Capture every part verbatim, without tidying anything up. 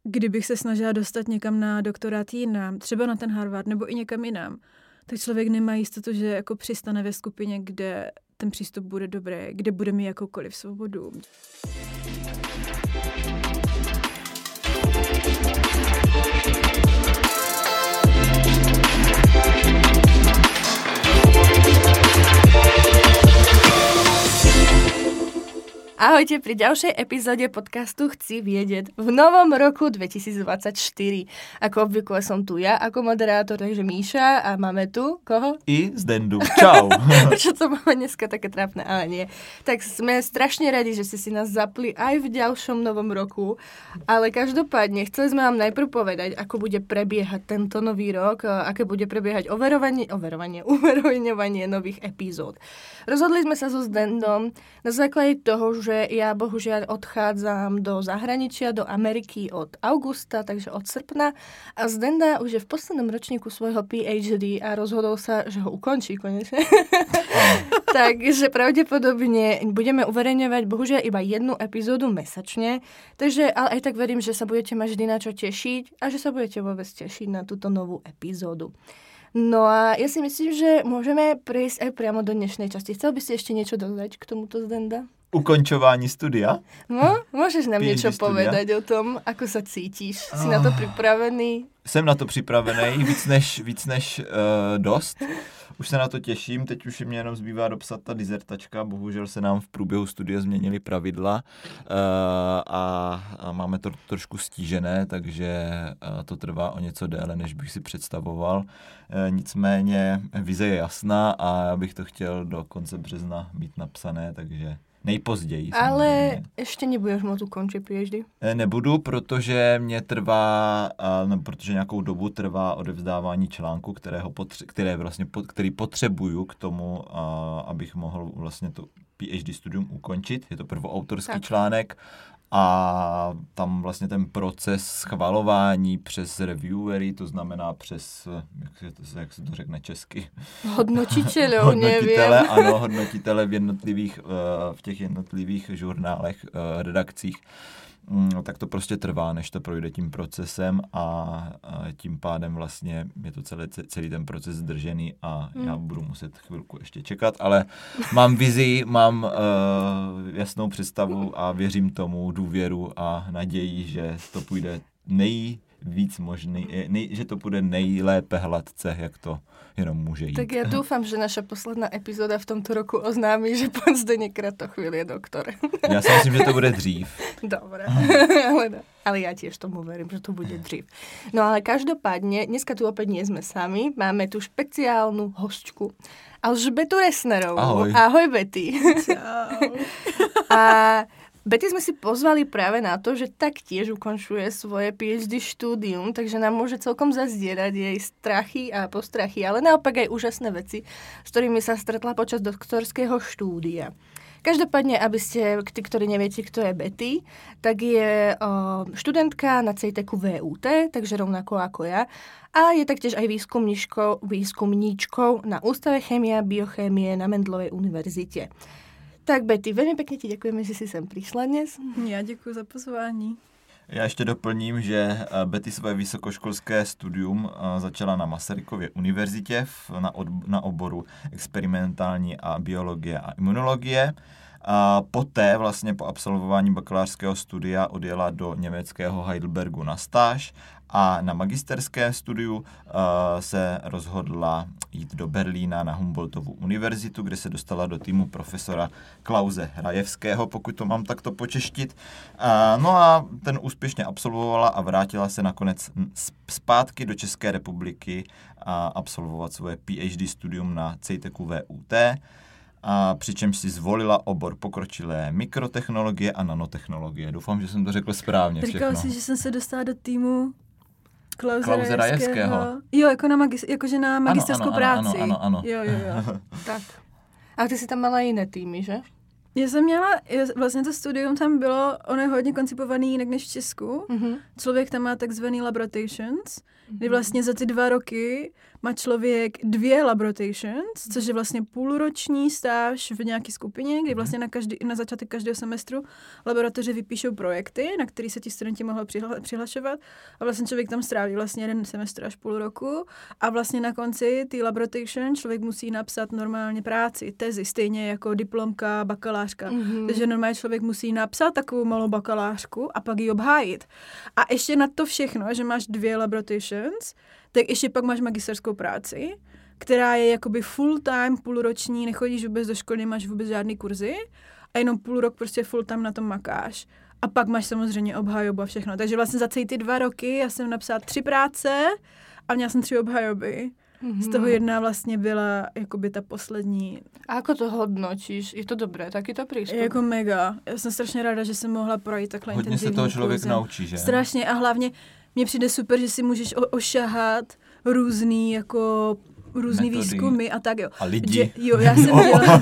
kdybych se snažila dostat někam na doktorát jinam, třeba na ten Harvard nebo i někam jinam, tak člověk nemá jistotu, že jako přistane ve skupině, kde ten přístup bude dobrý, kde bude mít jakoukoliv svobodu. Ahojte pri ďalšej epizóde podcastu Chci vedieť v novom roku dvetisícdvadsaťštyri. Ako obvykle som tu ja ako moderátor, takže Míša a máme tu koho? I Zdendu. Čau. Čo to máme dneska také trápne, ale nie. Tak sme strašne radi, že ste si nás zapli aj v ďalšom novom roku, ale každopádne chceli sme vám najprv povedať, ako bude prebiehať tento nový rok, aké bude prebiehať overovanie, overovanie, uverejňovanie nových epizód. Rozhodli sme sa so Zdendom na základe toho, že ja bohužiaľ odchádzam do zahraničia, do Ameriky od augusta, takže od srpna. A Zdenda už je v poslednom ročníku svojho PhD a rozhodol sa, že ho ukončí konečne. Takže pravdepodobne budeme uverejňovať bohužiaľ iba jednu epizódu mesačne. Takže ale aj tak verím, že sa budete mať vždy na čo tešiť a že sa budete vôbec tešiť na túto novú epizódu. No a ja si myslím, že môžeme prejsť aj priamo do dnešnej časti. Chcel by si ešte niečo dodať k tomuto, Zdenda? Ukončování studia? No, môžeš nám P H D niečo studia? povedať o tom, ako sa cítiš? Si oh. na to pripravený? Jsem na to připravený, víc než, víc než uh, dost. Už se na to těším, teď už mě jenom zbývá dopsat ta dizertačka, bohužel se nám v průběhu studia změnily pravidla uh, a, a máme to trošku stížené, takže uh, to trvá o něco déle, než bych si představoval. Uh, nicméně vize je jasná a já bych to chtěl do konce března mít napsané, takže nejpozději. Ale samozřejmě. ještě nebudeš moc ukončit PhD? Nebudu, protože mě trvá, no, protože nějakou dobu trvá odevzdávání článku, kterého potře- které vlastně, který potřebuju k tomu, a, abych mohl vlastně to PhD studium ukončit. Je to prvoautorský tak. článek a tam vlastně ten proces schvalování přes reviewery, to znamená přes, jak se to, jak se to řekne česky? Hodnotitelů, Hodnotitele, nevím. ano, hodnotitele v jednotlivých, v těch jednotlivých žurnálech, redakcích. No, tak to prostě trvá, než to projde tím procesem a, a tím pádem vlastně je to celé, celý ten proces zdržený a hmm. já budu muset chvilku ještě čekat, ale mám vizi, mám uh, jasnou představu a věřím tomu, důvěru a naději, že to půjde nejvíc možný, nej, že to půjde nejlépe hladce, jak to jenom může jít. Tak ja dúfam, že naša posledná epizóda v tomto roku oznámí, že pán Zdeněk Kratochvíl je doktor. Já si myslím, že to bude dřív. Dobre, ale, ale ja tiež tomu verím, že to bude dřív. No ale každopádne, dneska tu opäť nie sme sami, máme tu špeciálnu hostku. Alžbetu Resnerovú. Ahoj. Ahoj, Betty. Čau. A Betty sme si pozvali práve na to, že taktiež ukončuje svoje PhD štúdium, takže nám môže celkom zazdierať jej strachy a postrachy, ale naopak aj úžasné veci, s ktorými sa stretla počas doktorského štúdia. Každopádne, aby ste, tí, ktorí neviete, kto je Betty, tak je o, študentka na CEITECu V U T, takže rovnako ako ja, a je taktiež aj výskumníčkou, výskumníčkou na Ústave chémie a biochémie na Mendelovej univerzite. Tak Betty, veľmi pekne ti ďakujeme, že si sem prišla dnes. Já děkuji za pozvání. Já ještě doplním, že Betty své vysokoškolské studium začala na Masarykově univerzitě na, od, na oboru experimentální a biologie a imunologie. A poté vlastně po absolvování bakalářského studia odjela do německého Heidelbergu na stáž a na magisterském studiu uh, se rozhodla jít do Berlína na Humboldtovu univerzitu, kde se dostala do týmu profesora Klause Rajevského, pokud to mám takto počeštit. Uh, no a ten úspěšně absolvovala a vrátila se nakonec zpátky do České republiky a absolvovat svoje PhD studium na CEITECu V U T. A přičemž si zvolila obor pokročilé mikrotechnologie a nanotechnologie. Doufám, že jsem to řekl správně všechno. Říkal jsi, že jsem se dostala do týmu Klause, Klause Rajevského. Jo, jako na magis- jakože na magisterskou ano, ano, práci. Ano, ano, ano. Jo, jo, jo. Tak. A ty si tam mala jiné týmy, že? Já jsem měla, vlastně to studium tam bylo, ono je hodně koncipovaný jinak než v Česku. Mm-hmm. Člověk tam má takzvaný lab rotations, kdy vlastně za ty dva roky má člověk dvě lab rotations, což je vlastně půlroční stáž v nějaké skupině, kdy vlastně na, každý, na začátek každého semestru laboratoře vypíšou projekty, na které se ti studenti mohou přihla, přihlašovat a vlastně člověk tam stráví vlastně jeden semestr až půl roku a vlastně na konci té lab rotation člověk musí napsat normálně práci, tezi, stejně jako diplomka, bakalářka. Mm-hmm. Takže normálně člověk musí napsat takovou malou bakalářku a pak ji obhájit. A ještě na to všechno, že máš dvě lab rotations, tak ještě pak máš magisterskou práci, která je jakoby full time, půlroční, nechodíš vůbec do školy, nemáš vůbec žádný kurzy a jenom půl rok prostě full time na tom makáš. A pak máš samozřejmě obhajobu a všechno. Takže vlastně za celý ty dva roky já jsem napsala tři práce a měla jsem tři obhajoby. Mm-hmm. Z toho jedna vlastně byla jakoby ta poslední. A ako to hodnotíš? Je to dobré, takýto prístup? Je jako mega. Já jsem strašně ráda, že jsem mohla projít takhle hodně intenzivní se toho člověk kurzem. naučí, že? Strašně a hlavně mně přijde super, že si můžeš o- ošahat různý jako různý metody. Výzkumy a tak jo. A lidi. Že, jo, já jsem dělala...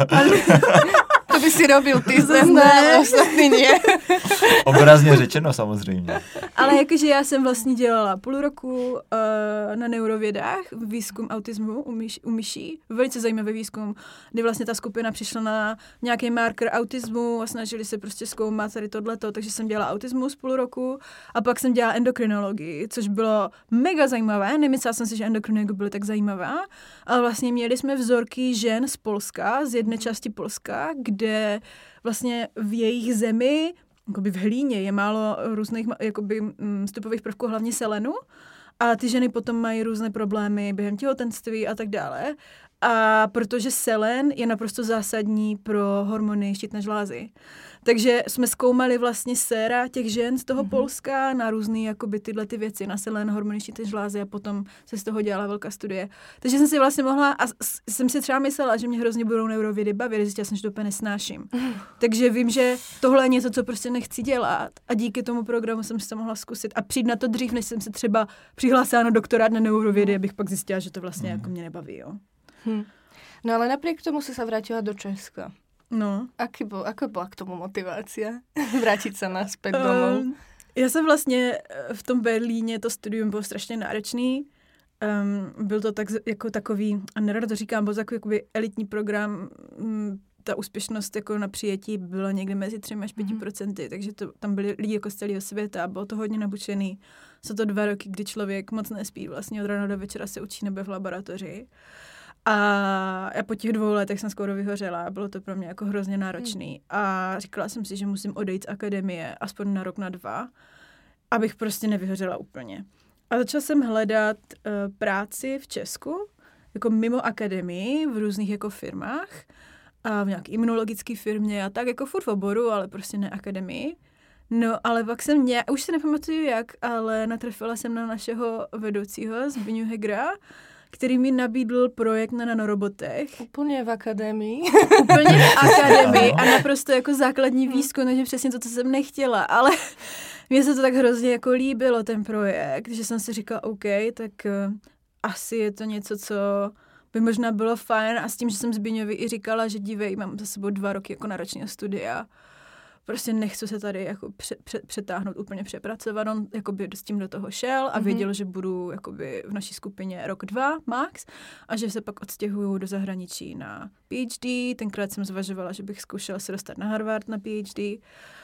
To by si robil ty, zase ale ostatní nie. Obrazně řečeno samozřejmě. Ale jakože já jsem vlastně dělala půl roku uh, na neurovědách výzkum autismu u, myš, u myší. Velice zajímavý výzkum, kdy vlastně ta skupina přišla na nějaký marker autismu a snažili se prostě zkoumat tady tohleto, takže jsem dělala autismus půl roku a pak jsem dělala endokrinologii, což bylo mega zajímavé. Nemyslela jsem si, že endokrinologie byly tak zajímavá, ale vlastně měli jsme vzorky žen z Polska, z jedné části Polska, kde vlastně v jejich zemi jakoby v hlíně je málo různých jakoby, vstupových prvků, hlavně selenu. A ty ženy potom mají různé problémy během těhotenství a tak dále. A protože selen je naprosto zásadní pro hormony štítné žlázy. Takže jsme zkoumali vlastně séra těch žen z toho mm-hmm. Polska na různé jakoby tyhle ty věci, na selen, hormony štítné žlázy a potom se z toho dělala velká studie. Takže jsem si vlastně mohla, a jsem si třeba myslela, že mě hrozně budou neurovědy bavit, zjistila jsem, že to úplně nesnáším. Mm. Takže vím, že tohle je něco, co prostě nechci dělat a díky tomu programu jsem si to mohla zkusit a přijít na to dřív, než jsem se třeba přihlásila na doktorát na neurovědy, abych pak zjistila, že to vlastně mm. jako mě nebaví, jo. Hm. No ale napriek tomu si sa vrátila do Česka. No. Aký bol, ako bola k tomu motivácia? Vrátiť sa naspäť domů? Um, já jsem vlastně v tom Berlíně, to studium bylo strašně náročný. Um, byl to tak, jako takový, a nerada to říkám, byl to takový jakoby elitní program. Um, ta úspěšnost jako na přijetí byla někde mezi třemi až pěti procenty, mm-hmm. takže to, tam byli lidi jako z celého světa, bylo to hodně nabučený. Jsou to dva roky, kdy člověk moc nespí, vlastně od rána do večera se učí nebo v laboratoři. A já po těch dvou letech jsem skoro vyhořela, bylo to pro mě jako hrozně náročný. A říkala jsem si, že musím odejít z akademie aspoň na rok, na dva, abych prostě nevyhořela úplně. A začala jsem hledat uh, práci v Česku, jako mimo akademii, v různých jako firmách, a v nějaké imunologické firmě a tak, jako furt v oboru, ale prostě ne akademii. No, ale pak jsem mě, už se nepamatuju jak, ale natrefila jsem na našeho vedoucího Zbyňu Hegra, který mi nabídl projekt na nanorobotech. Úplně v akademii. Úplně v akademii a naprosto jako základní výzkum, takže přesně to, co jsem nechtěla, ale mně se to tak hrozně jako líbilo, ten projekt, že jsem si říkala, OK, tak uh, asi je to něco, co by možná bylo fajn a s tím, že jsem Zbyňovi i říkala, že dívej, mám za sebou dva roky jako náročného studia. Prostě nechci se tady jako pře- pře- přetáhnout, úplně přepracovat. On jakoby s tím do toho šel a věděl, mm-hmm. že budu jakoby v naší skupině rok, dva max a že se pak odstěhuju do zahraničí na PhD. Tenkrát jsem zvažovala, že bych zkoušela se dostat na Harvard na PhD.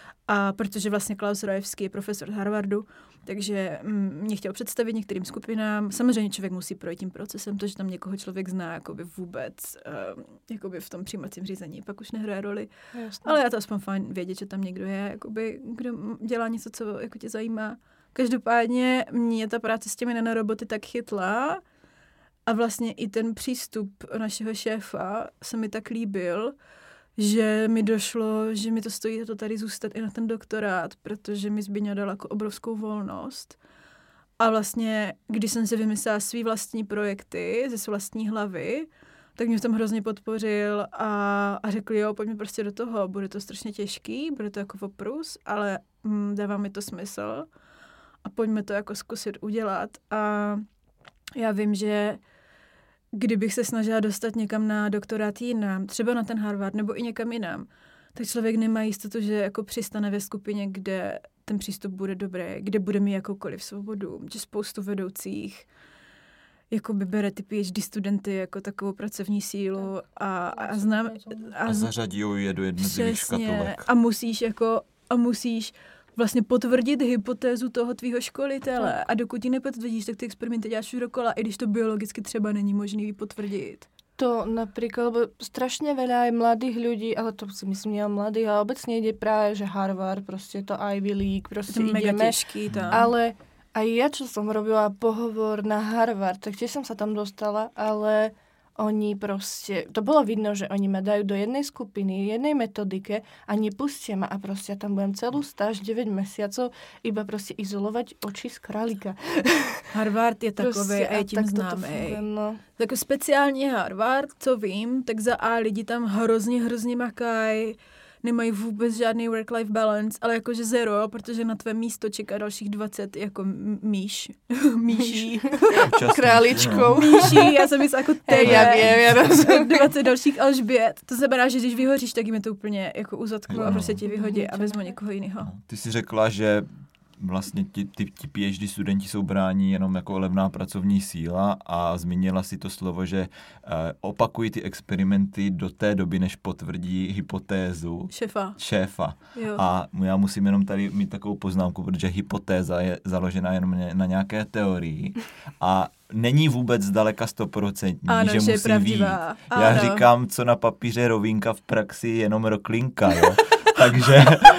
A protože vlastně Klaus Rojevský je profesor z Harvardu, takže mě chtěl představit některým skupinám. Samozřejmě člověk musí projít tím procesem, to, že tam někoho člověk zná jakoby vůbec uh, jakoby v tom přijímacím řízení, pak už nehraje roli. Jasně. Ale já to aspoň fajn vědět, že tam někdo je, jakoby, kdo dělá něco, co jako tě zajímá. Každopádně mě ta práce s těmi nanoroboty tak chytla a vlastně i ten přístup našeho šéfa se mi tak líbil, že mi došlo, že mi to stojí to tady zůstat i na ten doktorát, protože mi Zbyňa dal jako obrovskou volnost. A vlastně, když jsem si vymyslela svý vlastní projekty ze své vlastní hlavy, tak mě v tom hrozně podpořil a, a řekl, jo, pojďme prostě do toho, bude to strašně těžký, bude to jako oprus, ale hm, dává mi to smysl a pojďme to jako zkusit udělat. A já vím, že kdybych se snažila dostat někam na doktorát jinam, třeba na ten Harvard nebo i někam jinam, tak člověk nemá jistotu, že jako přistane ve skupině, kde ten přístup bude dobrý, kde bude mít jakoukoliv svobodu, že spoustu vedoucích jakoby bere ty PhD studenty jako takovou pracovní sílu a, a znám... A, a zařadí je do jednotlivých škatulek. A musíš jako, a musíš vlastně potvrdit hypotézu toho tvýho školitele. A dokud ji nepotvrdíš, tak ty experimenty děláš dokola, i když to biologicky třeba není možný potvrdit. To napríklad, lebo strašne veľa aj mladých ľudí, ale to si myslím nie o mladých, ale obecne ide práve, že Harvard, proste to Ivy League, proste to ideme. Mega ťažký tam. Ale aj ja, čo som robila pohovor na Harvard, tak tiež som sa tam dostala, ale oni proste, to bolo vidno, že oni ma dajú do jednej skupiny, jednej metodike a nepustia ma a proste ja tam budem celú stáž deväť mesiacov iba proste izolovať oči z králika. Harvard je takovej a je tím známej. No. Tak speciálně Harvard, co vím, tak za A lidi tam hrozně, hrozně makají, nemají vůbec žádný work-life balance, ale jakože zero, protože na tvé místo čeká dalších dvacet jako míš. Míší. Králičkou. Míší, já jsem myslela jako tebe. Já vím, já rozumím. dvacet dalších Alžbět. To znamená, že když vyhoříš, tak jim je to úplně jako uzatku a prostě ti vyhodí a vezmu někoho jiného. Ty jsi řekla, že vlastně ti, ty, ti PhD studenti jsou brání jenom jako levná pracovní síla a zmínila si to slovo, že uh, opakují ty experimenty do té doby, než potvrdí hypotézu šéfa. šéfa. Jo. A já musím jenom tady mít takovou poznámku, protože hypotéza je založena jenom na nějaké teorii a není vůbec zdaleka stoprocentní, ano, že musí pravdivá. vít. Já ano. říkám, co na papíře rovínka, v praxi jenom roklinka, jo. Takže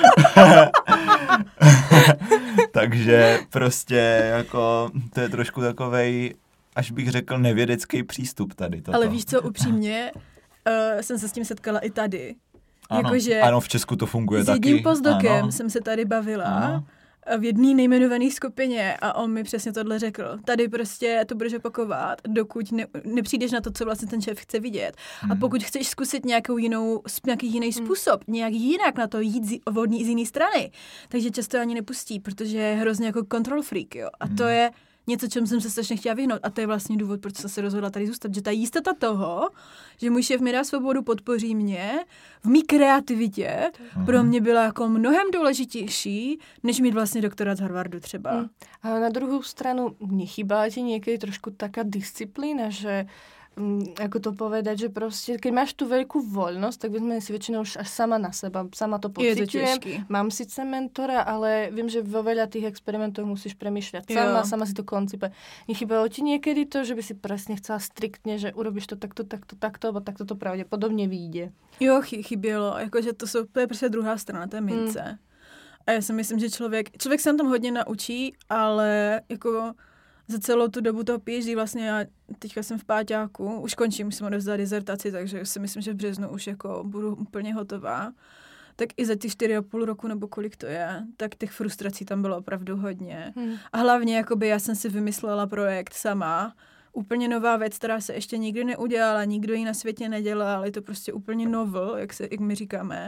takže prostě jako to je trošku takovej, až bych řekl, nevědecký přístup tady. Toto. Ale víš co, upřímně, uh, jsem se s tím setkala i tady. Ano, jako, že ano v Česku to funguje s taky. S jedním postdokem ano. jsem se tady bavila Ano. v jedné nejmenované skupině a on mi přesně tohle řekl. Tady prostě to budeš opakovat, dokud ne, nepřijdeš na to, co vlastně ten šéf chce vidět. Hmm. A pokud chceš zkusit nějakou jinou, nějaký jiný způsob, nějak jinak na to jít z, z jiné strany, takže často ani nepustí, protože je hrozně jako control freak, jo. A hmm. to je něco, čem jsem se strašně chtěla vyhnout. A to je vlastně důvod, proč jsem se rozhodla tady zůstat. Že ta jistota toho, že můj šéf mi dá svobodu, podpoří mě v mý kreativitě, mm. pro mě byla jako mnohem důležitější, než mít vlastně doktorát z Harvardu třeba. Mm. Ale na druhou stranu nechýbá ti niekedy trošku taká disciplína, že ako to povedať, že proste, keď máš tú veľkú voľnosť, tak vezmem si väčšinou už až sama na seba. Sama to pociťujem. Mám síce mentora, ale viem, že vo veľa tých experimentov musíš premýšľať sama, jo. sama si to koncipuje. Nechýbalo ti niekedy to, že by si presne chcela striktne, že urobíš to takto, takto, takto, alebo takto to pravdepodobne vyjde. Jo, chybělo. Jakože to, jsou, to je prostě druhá strana té mince. Hmm. A já si myslím, že člověk, člověk se tam hodně naučí, ale jako za celou tu dobu toho PhD vlastně já teďka jsem v páťáku, už končím, už jsem odevzdala dizertaci, takže si myslím, že v březnu už jako budu úplně hotová. Tak i za ty čtyři a půl roku, nebo kolik to je, tak těch frustrací tam bylo opravdu hodně. Hmm. A hlavně jakoby já jsem si vymyslela projekt sama, úplně nová věc, která se ještě nikdy neudělala, nikdo ji na světě nedělal, je to prostě úplně novel, jak, se, jak my říkáme.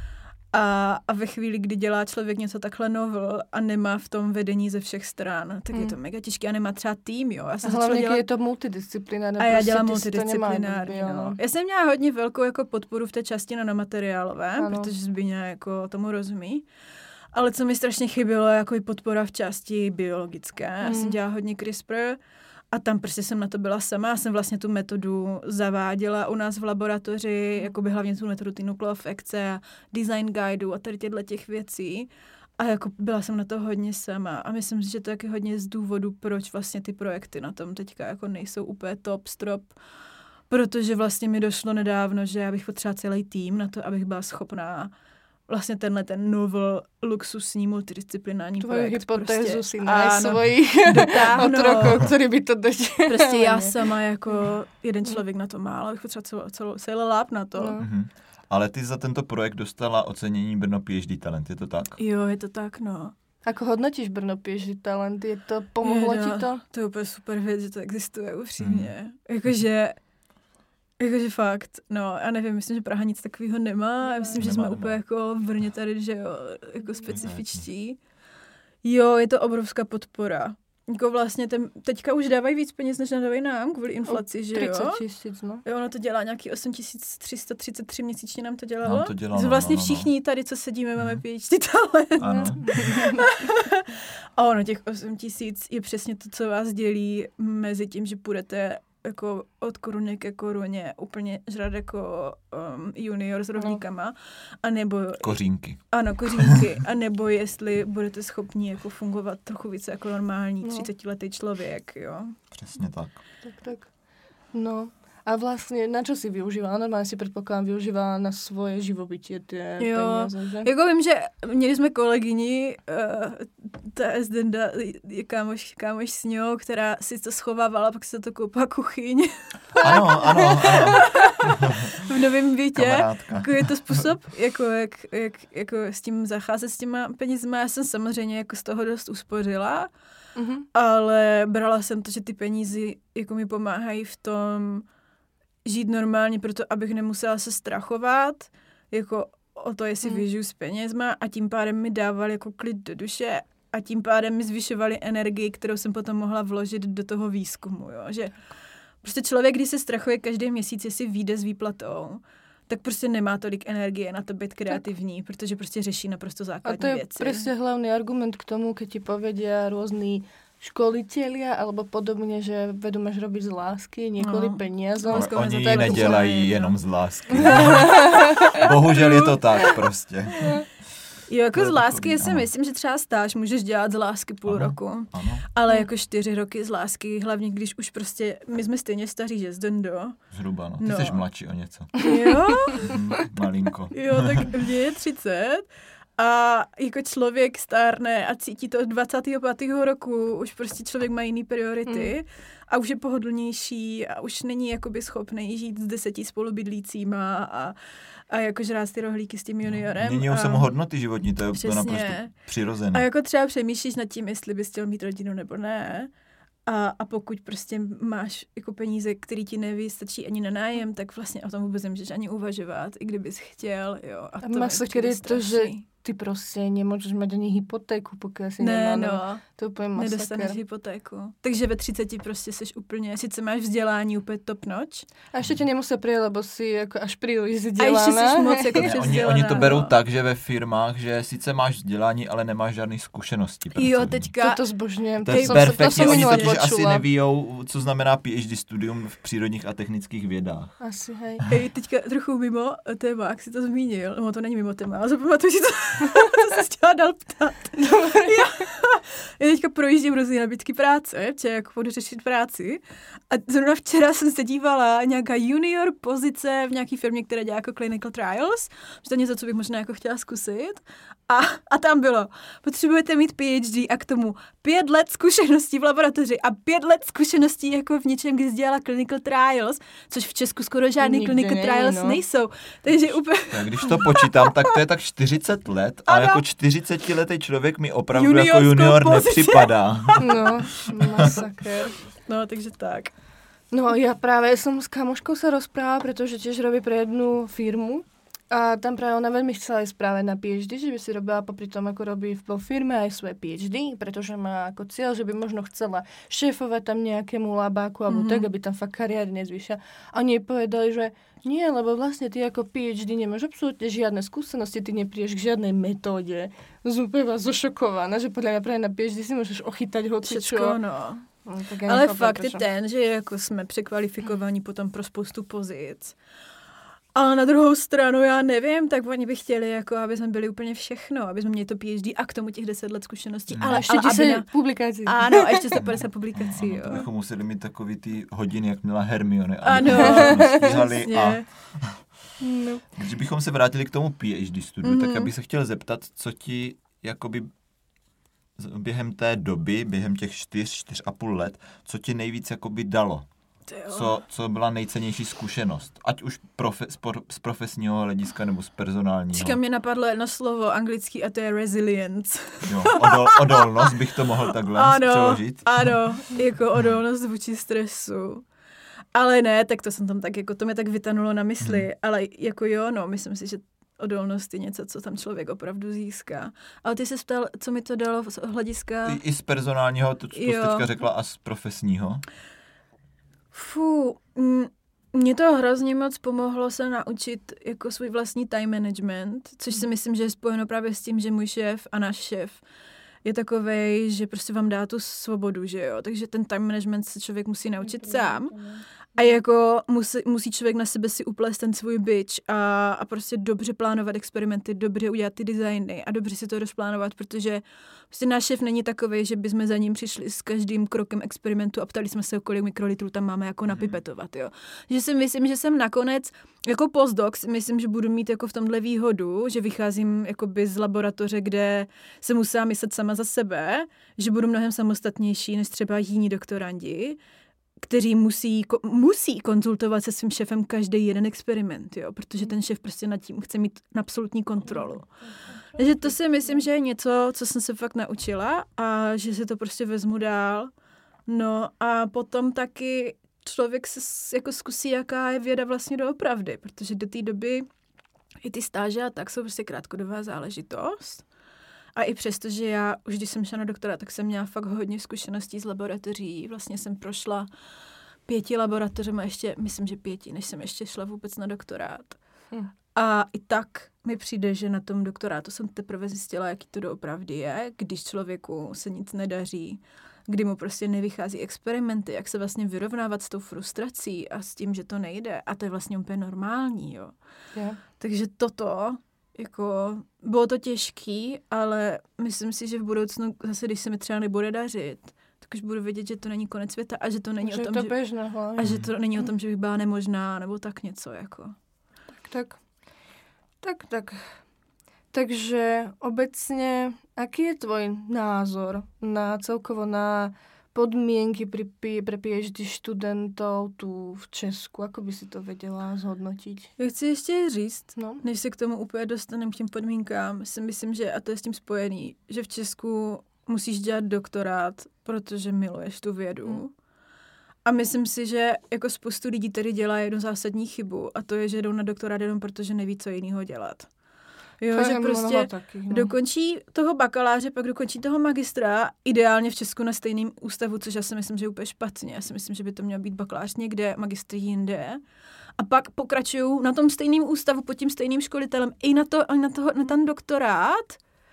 A, a ve chvíli, kdy dělá člověk něco takhle novel a nemá v tom vedení ze všech stran, tak hmm. je to mega těžké a nemá třeba tým, jo. Já jsem a hlavně dělat... je to multidisciplinární. A já dělám multidisciplinární, no. Já jsem měla hodně velkou jako podporu v té části nanomateriálové, ano. protože Zbyňa jako tomu rozumí. Ale co mi strašně chybělo, jako i podpora v části biologické. Hmm. Já jsem dělala hodně CRISPR a tam prostě jsem na to byla sama. Já jsem vlastně tu metodu zaváděla u nás v laboratoři, jako by hlavně tu metodu ty nukleofekce a design guideu a tady těchto těch věcí. A jako byla jsem na to hodně sama. A myslím si, že to je taky hodně z důvodu, proč vlastně ty projekty na tom teďka jako nejsou úplně top, strop. Protože vlastně mi došlo nedávno, že já bych potřebovala celý tým na to, abych byla schopná vlastně tenhle ten novel luxusní multidisciplinární tvoju projekt. Hypotézu prostě, si nájsť svojich otrokov, ktorí by to dotiahli. Prostě já sama jako jeden člověk na to málo, bych potřebovala celou, celý láp na to. No. Mm-hmm. Ale ty za tento projekt dostala ocenění Brno PhD Talent, je to tak? Jo, je to tak, no. Ako hodnotíš Brno PhD Talent? Je to, pomohlo je, ti to? To je úplně super věc, že to existuje upřímně. Mm. Jakože Jakože fakt, no, já nevím, myslím, že Praha nic takového nemá, já myslím, že jsme úplně jako v Brně tady, že jo, jako specifičtí. Jo, je to obrovská podpora. jako vlastně ten, teďka už dávají víc peněz, než nadávají nám kvůli inflaci, že jo? třicet tisíc, no. Jo, ono to dělá nějaký osm tisíc tři sta třicet tři měsíčně nám to dělalo. Nám to dělalo, no, vlastně no, no, všichni tady, co sedíme, máme PhD talent. Ano. A ono, těch osm tisíc je přesně to, co vás dělí mezi tím, že půjdete jako od koruny ke koruně úplně žrat jako um, junior s rovníkama, anebo... Kořínky. Ano, kořínky. A nebo jestli budete schopni jako fungovat trochu více jako normální no. třicetiletý člověk, jo. Přesně tak. Tak, tak. No. A vlastně na čo si využívala? Normálně si předpokládám využívala na svoje živobytí ty peníze, že? Jako vím, že měli jsme kolegyni, uh, ta Esdenda, je kámoš, kámoš s ňou, která si to schovávala, pak se to koupila kuchyň. Ano, ano, ano. V novém bytě. Kamarádka. Jako je to způsob, jako, jak, jak, jako s tím zacházet s těma penězma. Já jsem samozřejmě jako z toho dost uspořila, mm-hmm. ale brala jsem to, že ty peníze jako mi pomáhají v tom žít normálně, proto abych nemusela se strachovat, jako o to, jestli mm. vyžiju s penězma a tím pádem mi dával jako klid do duše a tím pádem mi zvyšovali energii, kterou jsem potom mohla vložit do toho výzkumu, jo, že prostě člověk, když se strachuje každý měsíc, jestli vyjde s výplatou, tak prostě nemá tolik energie na to být kreativní, tak. Protože prostě řeší naprosto základní věci. A to je věci. Presne hlavný argument k tomu, keď ti povedia rôzni školitelia alebo podobně, že vedu máš robiť z lásky, nie kvôli no. peniazom. No, oni ji nedělají jenom z lásky. Bohužel je to tak prostě. Jo, jako z lásky já si myslím, že třeba stáž můžeš dělat z lásky půl ano, roku, ano. ale jako čtyři roky z lásky, hlavně když už prostě, my jsme stejně staří, že zdendo. Zhruba, no. Ty no. jsi mladší o něco. Jo? mm, malinko. Jo, tak mě je třicet. A jako člověk stárne a cítí to od dvacátého pátého roku, už prostě člověk má jiný priority mm. a už je pohodlnější a už není jakoby schopný žít s deseti spolubydlícíma a, a jako žrát ty rohlíky s tím juniorem. Mění a... se mu hodnoty životní, to je Přesně. to naprosto přirozené. A jako třeba přemýšlíš nad tím, jestli bys chtěl mít rodinu nebo ne. A, a pokud prostě máš jako peníze, které ti nevystačí ani na nájem, tak vlastně o tom vůbec nemůžeš ani uvažovat, i kdybys chtěl, jo. A, a to masakr je to, že ty prostě nemůžeš mít ani hypotéku, pokud si ne, nemá. No. To je úplně masakr. Nedostaneš hypotéku. Takže ve třiceti prostě jsi úplně, sice máš vzdělání úplně top notch. A ještě tě nemusí přijít, lebo si jako až příliš vzdělaná. A ještě jsi moc jako ne, oni, oni to berou tak, že ve firmách, že sice máš vzdělání, ale nemáš žádný zkušenosti. Pracovní. Jo, teďka. Toto zbožňujem. To je to perfektně, to oni minule totiž počula. asi nevíjou, co znamená PhD studium v přírodních a technických vědách. Asi, hej. Hej, teďka trochu mimo téma, jak jsi to zmínil, no to není mimo téma, ale zapamatuji si to, co jsi chtěla dál ptát. já, já teďka projíždím různé nabídky práce, protože jako budu řešit práci a zrovna včera jsem se dívala nějaká junior pozice v nějaké firmě, která dělá jako clinical trials, že to je něco, co bych možná jako chtěla zkusit a, a tam bylo, potřebujete mít PhD a k tomu pět let zkušeností v laboratoři a pět let zkušeností jako v něčem, kdy jsi dělala clinical trials, což v Česku skoro žádný Nikde clinical není, trials no. nejsou. Takže úplně... Tak když to počítám, tak to je tak čtyřicet let a ano. jako čtyřicetiletý člověk mi opravdu Juniorskou jako junior pozici. nepřipadá. No, masakr. No, takže tak. No, ja práve som s kamoškou sa rozprávala, pretože tiež robí pre jednu firmu a tam práve ona veľmi chcela ísť práve na PhD, že by si robila popri tom, ako robí vo firme aj svoje PhD, pretože má ako cieľ, že by možno chcela šéfovať tam nejakému labáku alebo mm-hmm. tak, aby tam fakt kariérne zvýšila. A oni jej povedali, že nie, lebo vlastne ty ako PhD nemáš absolútne žiadne skúsenosti, ty neprídeš k žiadnej metóde. Zúplne vás zošokovaná, že podľa mňa práve na PhD si môžeš ochytať hocičo. Všetko, no. No, ale fakt je ten, že jako jsme překvalifikovaní potom pro spoustu pozic. A na druhou stranu, já nevím, tak oni by chtěli, jako, aby jsme byli úplně všechno, aby jsme měli to PhD a k tomu těch deset let zkušeností. Hmm. Ale ještě deset na... publikací. Ano, a ještě sto padesát publikací. Ano, jo. to bychom museli mít takový ty hodiny, jak měla Hermione. Ano, stíhali a... No. Když bychom se vrátili k tomu PhD studiu, mm. tak já bych se chtěl zeptat, co ti jakoby během té doby, během těch čtyř, čtyř a půl let, co ti nejvíc jakoby dalo? Co, co byla nejcennější zkušenost? Ať už profe, spor, z profesního hlediska nebo z personálního. Čekám, mě napadlo jedno slovo anglicky a to je resilience. Jo, odol, odolnost bych to mohl takhle ano, přeložit. Ano, jako odolnost vůči stresu. Ale ne, tak to jsem tam tak, jako to mě tak vytanulo na mysli, hmm. ale jako jo, no, myslím si, že odolnost je něco, co tam člověk opravdu získá. Ale ty se ptal, co mi to dalo z hlediska... I, i z personálního, to, co jsi teďka řekla, a z profesního? Fú, m- mě to hrozně moc pomohlo se naučit jako svůj vlastní time management, což si myslím, že je spojeno právě s tím, že můj šéf a náš šéf je takovej, že prostě vám dá tu svobodu, že jo. Takže ten time management se člověk musí naučit sám. A jako musí, musí člověk na sebe si uplést ten svůj bič a, a prostě dobře plánovat experimenty, dobře udělat ty designy a dobře si to rozplánovat, protože prostě náš šéf není takovej, že bychom za ním přišli s každým krokem experimentu a ptali jsme se, kolik mikrolitrů tam máme jako napipetovat, jo. Že si myslím, že jsem nakonec jako postdoc, myslím, že budu mít jako v tomhle výhodu, že vycházím jakoby z laboratoře, kde se musela myslet sama za sebe, že budu mnohem samostatnější než třeba jiní doktorandi, kteří musí, ko, musí konzultovat se svým šéfem každý jeden experiment, jo, protože ten šéf prostě nad tím chce mít absolutní kontrolu. Takže to si myslím, že je něco, co jsem se fakt naučila a že si to prostě vezmu dál. No a potom taky člověk se jako zkusí, jaká je věda vlastně doopravdy, protože do té doby i ty stáže a tak jsou prostě krátkodobá záležitost. A i přesto, že já už když jsem šla na doktora, tak jsem měla fakt hodně zkušeností z laboratoří. Vlastně jsem prošla pěti laboratořema, ještě, myslím, že pěti, než jsem ještě šla vůbec na doktorát. Hmm. A i tak mi přijde, že na tom doktorátu jsem teprve zjistila, jaký to doopravdy je, když člověku se nic nedaří, kdy mu prostě nevychází experimenty, jak se vlastně vyrovnávat s tou frustrací a s tím, že to nejde. A to je vlastně úplně normální, jo. Yeah. Takže toto... Jako, bylo to těžký, ale myslím si, že v budoucnu zase, když se mi třeba nebude dařit, tak už budu vědět, že to není konec světa a že to není že o tom, to že, běžné, a že to není o tom, že bych byla nemožná, nebo tak něco, jako. Tak, tak. Tak, tak. Takže obecně, aký je tvoj názor na celkovo na podmienky pri, pre PhD študentov tu v Česku? Ako by si to vedela zhodnotit? Já chci ještě říct, no. než se k tomu úplně dostaneme k těm podmínkám, si myslím, že, a to je s tím spojený, že v Česku musíš dělat doktorát, protože miluješ tu vědu. Hmm. A myslím si, že jako spoustu lidí tady dělá jednu zásadní chybu a to je, že jdou na doktorát jenom protože neví, co jiného dělat. Jo, to že prostě taky, no. dokončí toho bakaláře, pak dokončí toho magistra, ideálně v Česku na stejném ústavu, což já si myslím, že je úplně špatně. Já si myslím, že by to měl být bakalář někde, magistr jinde. A pak pokračují na tom stejném ústavu pod tím stejným školitelem i na, to, na, toho, na ten doktorát,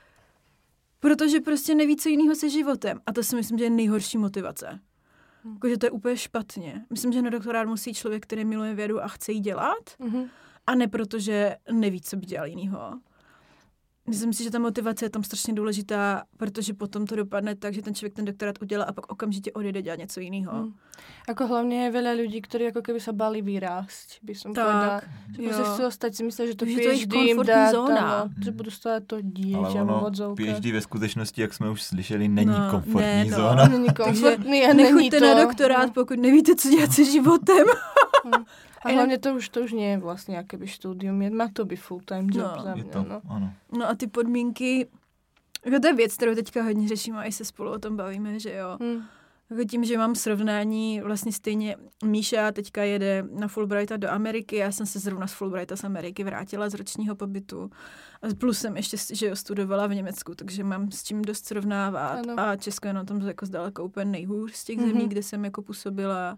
protože prostě neví, co jiného se životem. A to si myslím, že je nejhorší motivace. Hmm. Že to je úplně špatně. Myslím, že na doktorát musí člověk, který miluje vědu a chce jí dělat, hmm. a ne protože neví, co by dělal jinýho. Myslím si, že ta motivace je tam strašně důležitá, protože potom to dopadne tak, že ten člověk ten doktorát udělá a pak okamžitě odjede dělat něco jiného. Hmm. Ako hlavně je veľa ľudí, ktorí ako keby sa bali vyrásť, by som povedala. Že prostě chcú ostať, si myslia, že to že PhD jim dá, tam, že budu stát to dieťa v odzovkách. PhD ve skutečnosti, jak jsme už slyšeli, není no, komfortní ne, zóna. Není komfortní a není to. Nechoďte na doktorát, pokud nevíte, co dělat se životem. Hmm. A hlavně to už, to už nie je vlastně jakéby studium, je, má to být full-time job no, za mě, to, no. Ano. No a ty podmínky, jako to je věc, kterou teďka hodně řešíme a i se spolu o tom bavíme, že jo. Hmm. Jako tím, že mám srovnání, vlastně stejně Míša teďka jede na Fulbrighta do Ameriky, já jsem se zrovna z Fulbrighta z Ameriky vrátila z ročního pobytu. Plus jsem ještě, že jo, studovala v Německu, takže mám s čím dost srovnávat. Ano. A Česko je na tom jako zdaleka úplně nejhůř z těch mm-hmm. zemí, kde jsem jako působila.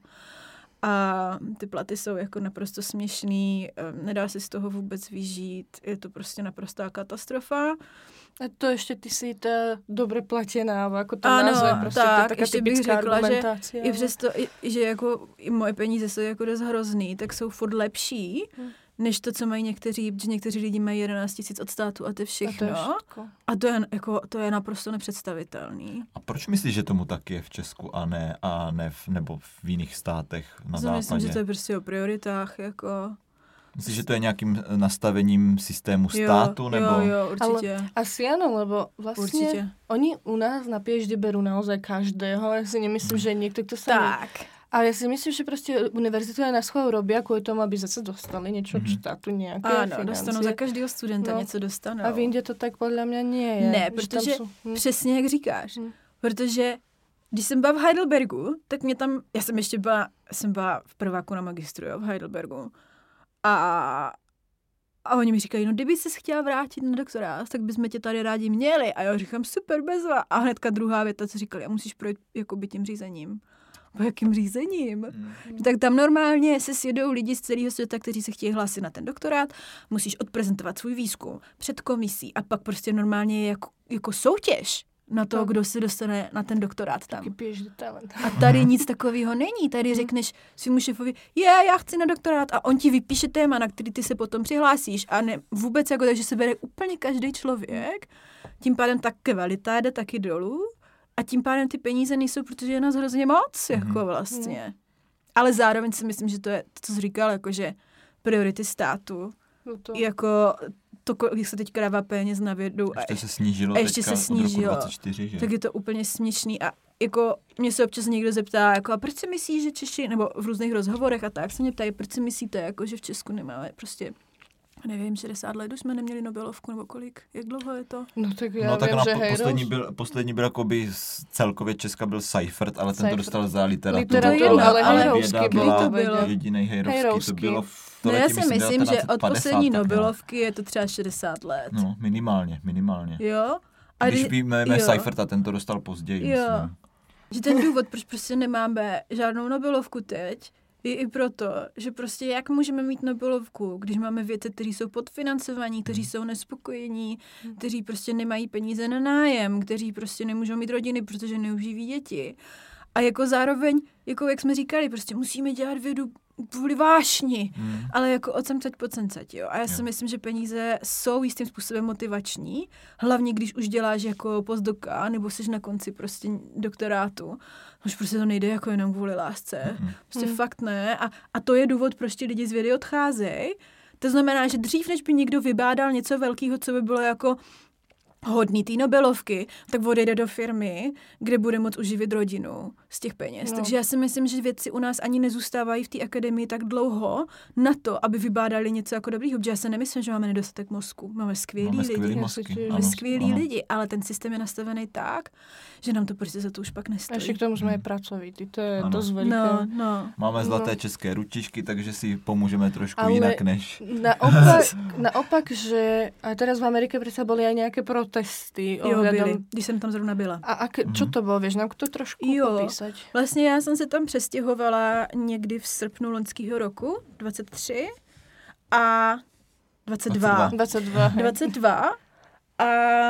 A ty platy jsou jako naprosto směšný, nedá se z toho vůbec vyžít, je to prostě naprostá katastrofa. A to ještě ty jsi ta dobře platěná, jako to ano, názve, prostě tak, to je ještě bych řekla, že ale... i přesto, i, že jako i moje peníze jsou jako dost hrozný, tak jsou furt lepší, hmm. než to, co mají někteří, že někteří lidi mají jedenáct tisíc od státu a to je všechno. A to je, a to je, jako, to je naprosto nepředstavitelný. A proč myslíš, že tomu tak je v Česku a ne, a ne v, nebo v jiných státech na západě? Myslím, že to je prostě o prioritách, jako... Myslíš, že to je nějakým nastavením systému státu? Jo, nebo... jo, jo, určitě. Ale asi ano, lebo vlastně určitě. Oni u nás na PhD berú naozaj každého, já si nemyslím, že někdo, kto sa... Tak. A já si myslím, že prostě univerzity na schvál robí kvůli tomu, aby zase dostali něco mm-hmm. štátu, nějaké ano, financie. dostanou za každého studenta no. něco dostanou. A v Indě to tak podle mě nie je. Ne, protože jsou, hm. přesně jak říkáš. Hm. Protože když jsem byla v Heidelbergu, tak mě tam, já jsem ještě byla, jsem byla v prváku na magistru, jo, v Heidelbergu. A A oni mi říkají, no kdyby ses chtěla vrátit na doktorát, tak bychom tě tady rádi měli. A já říkám, super, bezva. A hnedka druhá věta, co říkali, a musíš projít jakoby tím řízením. Po jakým řízením? Hmm. Tak tam normálně se sjedou lidi z celého světa, kteří se chtějí hlásit na ten doktorát, musíš odprezentovat svůj výzkum před komisí a pak prostě normálně je jako, jako soutěž na to, kdo se dostane na ten doktorát tam. A tady nic takového není. Tady řekneš svému šéfovi, je, já chci na doktorát a on ti vypíše téma, na který ty se potom přihlásíš. A ne, vůbec jako, takže se bere úplně každý člověk. Tím pádem ta kvalita jde taky dolů a tím pádem ty peníze nejsou, protože je nás hrozně moc, jako mm-hmm. vlastně. Ale zároveň si myslím, že to je to, co jsi říkal, jakože priority státu, no to... jako to, jak se teďka dává peněz na vědu. Ještě a se snížilo a ještě teďka se snížilo, od roku dvacet čtyři, že? Tak je to úplně směšný a jako mě se občas někdo zeptá, jako a proč si myslíš, že Češi, nebo v různých rozhovorech a tak se mě ptají, proč si myslíte, jako, že v Česku nemáme prostě, nevím, šedesát let už jsme neměli Nobelovku, nebo kolik, jak dlouho je to? No tak já no, tak vím, na že po, poslední byl, poslední byl jakoby celkově Česka byl Seifert, ale ten to dostal za literaturu. Literaturu, ale, ale Hejrovský byla to bylo. Jedinej Hejrovský, Hejrovský. To bylo v No já si myslím, myslím že od poslední tak, Nobelovky je to třeba šedesát let. No, minimálně, minimálně. Jo? A když víme Seiferta, ten to dostal později. Jo. Myslím. Že ten důvod, proč prostě nemáme žádnou Nobelovku teď, je i proto, že prostě jak můžeme mít Nobelovku, když máme vědce, kteří jsou podfinancovaní, kteří jsou nespokojení, kteří prostě nemají peníze na nájem, kteří prostě nemůžou mít rodiny, protože neuživí děti. A jako zároveň, jako jak jsme říkali, prostě musíme dělat vědu kvůli vášni, hmm. ale jako od semcať po semcať, jo. A já si jo. myslím, že peníze jsou jistým způsobem motivační, hlavně když už děláš jako postdoka, nebo jsi na konci prostě doktorátu, už prostě to nejde jako jenom kvůli lásce, hmm. prostě hmm. fakt ne. A, a to je důvod, proč ti lidi z vědy odcházejí. To znamená, že dřív, než by někdo vybádal něco velkého, co by bylo jako hodný té Nobelovky, tak odejde do firmy, kde bude moct uživit rodinu z těch peněz. No. Takže já si myslím, že vědci u nás ani nezůstávají v té akademii tak dlouho na to, aby vybádali něco jako dobrýho, protože já si nemyslím, že máme nedostatek mozku. Máme skvělý máme lidi. Mozky. Máme skvělý ano. lidi, ale ten systém je nastavený tak, že nám to prostě za to už pak nestojí. A ještě k tomu jsme hmm. pracovití, to je ano. dost veliké. No, no. Máme zlaté no. české ručičky, takže si pomůžeme trošku ale jinak než... Naopak, naopak, že a teraz v Amerike přece byly aj nějaké protesty. Jo, byly, když jsem tam zrovna byla. A, a k- čo to bylo, vieš nám to trošku jo, popísať? Vlastně já jsem se tam přestěhovala někdy v srpnu loňského roku, dvacet tři a dvacet dva. dvacet dva. dvacet dva. A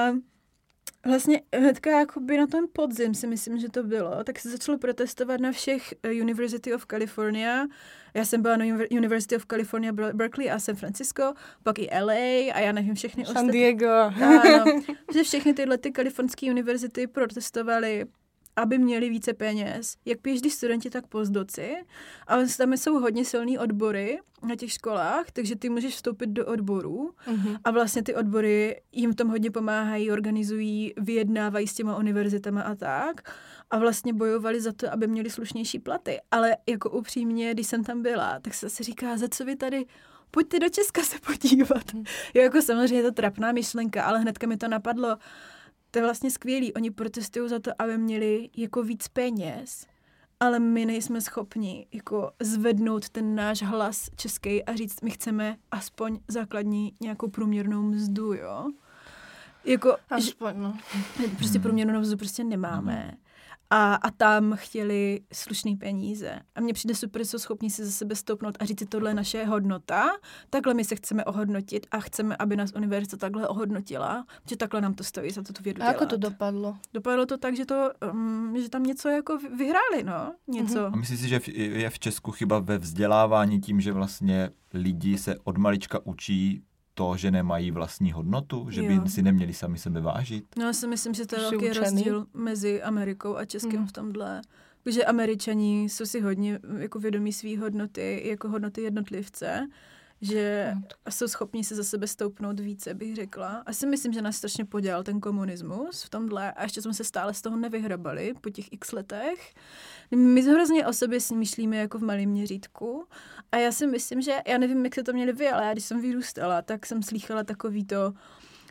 vlastně hnedka jakoby na ten podzim si myslím, že to bylo, tak se začalo protestovat na všech University of California. Já jsem byla na University of California, Berkeley a San Francisco, pak i L A a já nevím, všechny San Diego. Ano, že všechny tyhle ty kalifornské univerzity protestovaly, aby měli více peněz, jak PhD studenti, tak postdoci. Ale tam jsou hodně silný odbory na těch školách, takže ty můžeš vstoupit do odborů uh-huh. a vlastně ty odbory jim v tom hodně pomáhají, organizují, vyjednávají s těma univerzitama a tak. A vlastně bojovali za to, aby měli slušnější platy. Ale jako upřímně, když jsem tam byla, tak se asi říká, za co vy tady pojďte do Česka se podívat. Uh-huh. Jo, jako samozřejmě je to trapná myšlenka, ale hnedka mi to napadlo. To je vlastně skvělý. Oni protestují za to, aby měli jako víc peněz, ale my nejsme schopni jako zvednout ten náš hlas český a říct, my chceme aspoň základní nějakou průměrnou mzdu, jo? Jako, aspoň, no. Prostě průměrnou mzdu prostě nemáme. A, a tam chtěli slušný peníze. A mně přijde super, že jsou schopni si za sebe stoupnout a říct si, tohle je naše hodnota, takhle my se chceme ohodnotit a chceme, aby nás univerzita takhle ohodnotila, že takhle nám to stojí za to tu vědu dělat. A jako to dopadlo? Dopadlo to tak, že, to, um, že tam něco jako vyhráli, no. Něco. Uh-huh. A myslíš si, že je v Česku chyba ve vzdělávání tím, že vlastně lidi se od malička učí to, že nemají vlastní hodnotu, že jo. by si neměli sami sebe vážit? No já si myslím, že to je velký rozdíl mezi Amerikou a Českem hmm. v tomhle. Protože Američani jsou si hodně jako vědomí svý hodnoty, jako hodnoty jednotlivce, že jsou schopni se za sebe stoupnout více, bych řekla. A si myslím, že nás strašně podělal ten komunismus v tomhle a ještě jsme se stále z toho nevyhrabali po těch x letech. My hrozně o sobě si myslíme jako v malém měřítku a já si myslím, že, já nevím, jak se to měli vy, ale já když jsem vyrůstala, tak jsem slýchala takový to,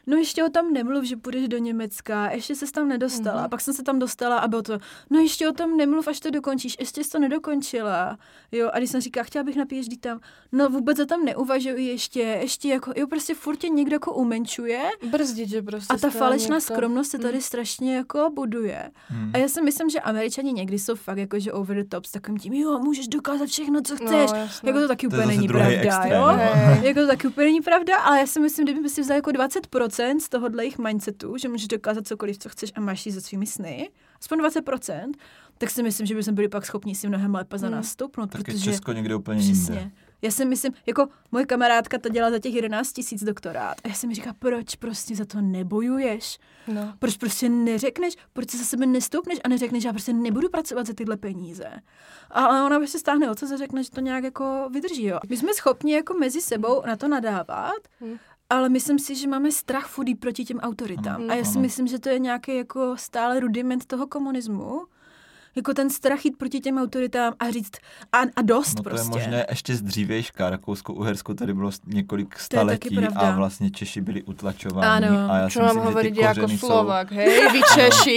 no ještě o tom nemluv, že půjdeš do Německa, ještě ses tam nedostala. Mhm. A pak jsem se tam dostala a bylo to, no ještě o tom nemluv, až to dokončíš, ještě jsi to nedokončila. Jo, a když jsem říkala, chtěla bych na PhD tam, no vůbec o tom neuvažuji ještě, ještě jako, jo, prostě furt tě někdo jako umenčuje. Brzdit, že prostě. A ta falešná někdo. skromnost se tady Mm. strašně jako buduje. Hmm. A já si myslím, že Američani někdy jsou fakt jako, že over the top s takovým tím, jo, můžeš dokázat všechno, co No, chceš. jasně. Jako to taky To je úplně zase není druhý pravda, extrém, jo? no. Hej. Jako to taky úplně není pravda, ale já si myslím, kdyby si vzal jako dvacet procent z tohohle jejich mindsetu, že můžeš dokázat cokoliv, co chceš a máš jít za svými sny, aspoň dvacet procent, tak si myslím, že bychom byli pak schopni si mnohem lépe za nás stoupnout, Tak je protože Česko někde úplně přesně. jinde. Já si myslím, jako moje kamarádka to dělá za těch jedenáct tisíc doktorát a já si mi říká, proč prostě za to nebojuješ? No. Proč prostě neřekneš, proč se za sebe nestoupneš a neřekneš, že já prostě nebudu pracovat za tyhle peníze. Ale ona prostě stáhne ocas a řekne, že to nějak jako vydrží, jo. My jsme schopni jako mezi sebou na to nadávat, Hmm. ale myslím si, že máme strach furt jít proti těm autoritám. Ano, A já si ano. myslím, že to je nějaký jako stále rudiment toho komunismu. Jako ten strach jít proti těm autoritám a říct a, a dost No to prostě. je možné ještě z dřívějška. Rakousko-Uhersko tady bylo několik To je taky staletí pravda. a vlastně Češi byli utlačováni. Ano. A já si Čo mám myslím, že ty hovoriť ako kořeny jsou... Slovák, hej, vy Češi.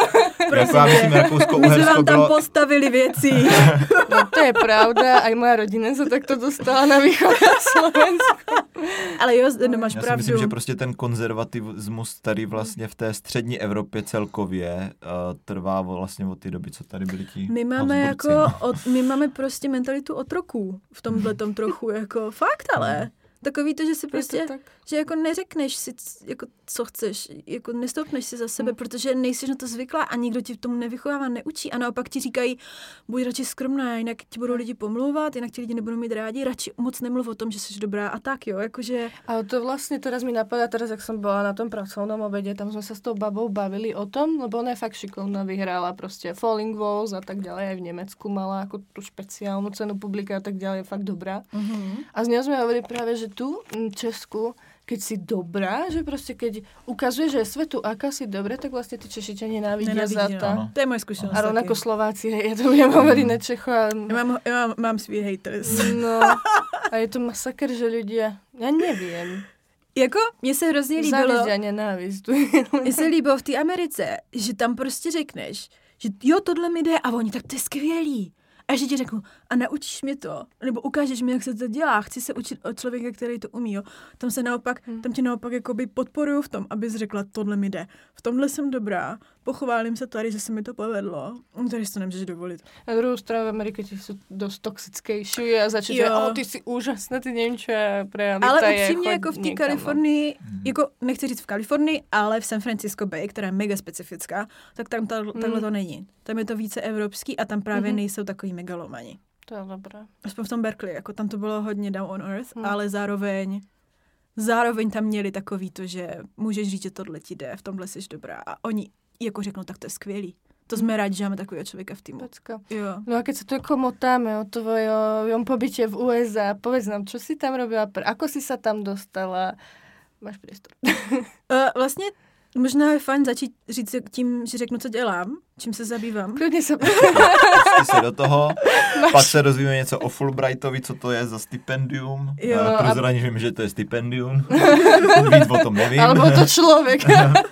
Jako já myslím, My jsme Rakousko-Uhersko vám tam bylo... postavili věci. No to je pravda, aj moja rodina sa takto dostala na východ na Slovensku. Ale jo, no máš Já si pravdu. myslím, že prostě ten konzervativismus tady vlastně v té střední Evropě celkově uh, trvá vlastně od té doby, co tady byli ti My máme Habsburci, jako, no. od, my máme prostě mentalitu otroků v tomhle tom trochu, jako fakt, ale takový to, že si prostě, Je to tak? že jako neřekneš si, c- jako co chceš, jako nestoupneš si za sebe, Hmm. protože nejsi na to zvyklá a nikdo ti v tom nevychovává, neučí a naopak ti říkají, buď radši skromná, jinak ti budou lidi pomlouvat, jinak ti lidi nebudou mít rádi, radši moc nemluv o tom, že jsi dobrá a tak, jo, jakože... Ale to vlastne teraz mi napadá, teraz, jak som bola na tom pracovnom obede, tam sme sa s tou babou bavili o tom, lebo ona je fakt šikovná, vyhrala proste Falling Walls a tak ďalej, aj v Nemecku mala ako tú špeciálnu cenu publika a tak ďalej, je fakt dobrá. Uh-huh. A z ňou sme hovorili práve, že tu v Česku, keď si dobrá, že proste keď ukazuje, že je svetu, aká si dobrá, tak vlastne tí Češi ťa nenávidia za Nenávidí, to. no. To je moje zkušenost A rovnako taky. Slováci, hej, ja to budem hovoriť na Čecho. A... Já mám, já mám, mám svý haters. No, a je to masakr, že ľudia, ja neviem, Jako, mně se hrozně líbilo... závisť a nenávisť. Mně se líbilo v té Americe, že tam prostě řekneš, že jo, tohle mi jde a oni, tak to je skvělý. A že ti řeknu, a naučíš mě to, nebo ukážeš mi, jak se to dělá, chci se učit od člověka, který to umí, jo. Tam se naopak, Hmm. tam tě naopak jakoby podporuju v tom, abys řekla, tohle mi jde. V tomhle jsem dobrá, pochválím se tady, že se mi to povedlo. Tady si to nemůžeš dovolit. Na druhou stranu v Amerike ti sú dosť toxickejší a začať, že Jo. o, ty si úžasná, ty neviem, čo je realita. Ale je, upřímně, choď jako v té niekam, no. Kalifornii, jako nechci říct v Kalifornii, ale v San Francisco Bay, která je mega specifická, tak tam ta, takhle to není. Tam je to více evropský a tam právě Mhm. nejsou takový megalomani. To je dobré. Aspoň v tom Berkeley, jako tam to bylo hodně down on earth, Hmm. ale zároveň zároveň tam měli takový to, že můžeš říct, že tohle ti jde, v tomhle jsi dobrá. A oni jako řeknou, tak to je skvělý. To jsme rádi, že máme takového člověka v týmu. Pecka. Jo. No a keď sa tu ako motáme o tvojom pobyte v U S A, povedz nám, čo si tam robila, pr- ako si sa tam dostala? Máš priestor. Uh, vlastně možná je fajn začít říct tím, že řeknu, co dělám, čím se zabývám. Kľudne sa... Pusty se do toho, pak se dozvíme něco o Fulbrightovi, co to je za stipendium. Jo, A a- prozradím, vím, že to je stipendium. Víc o tom nevím. Alebo to človek.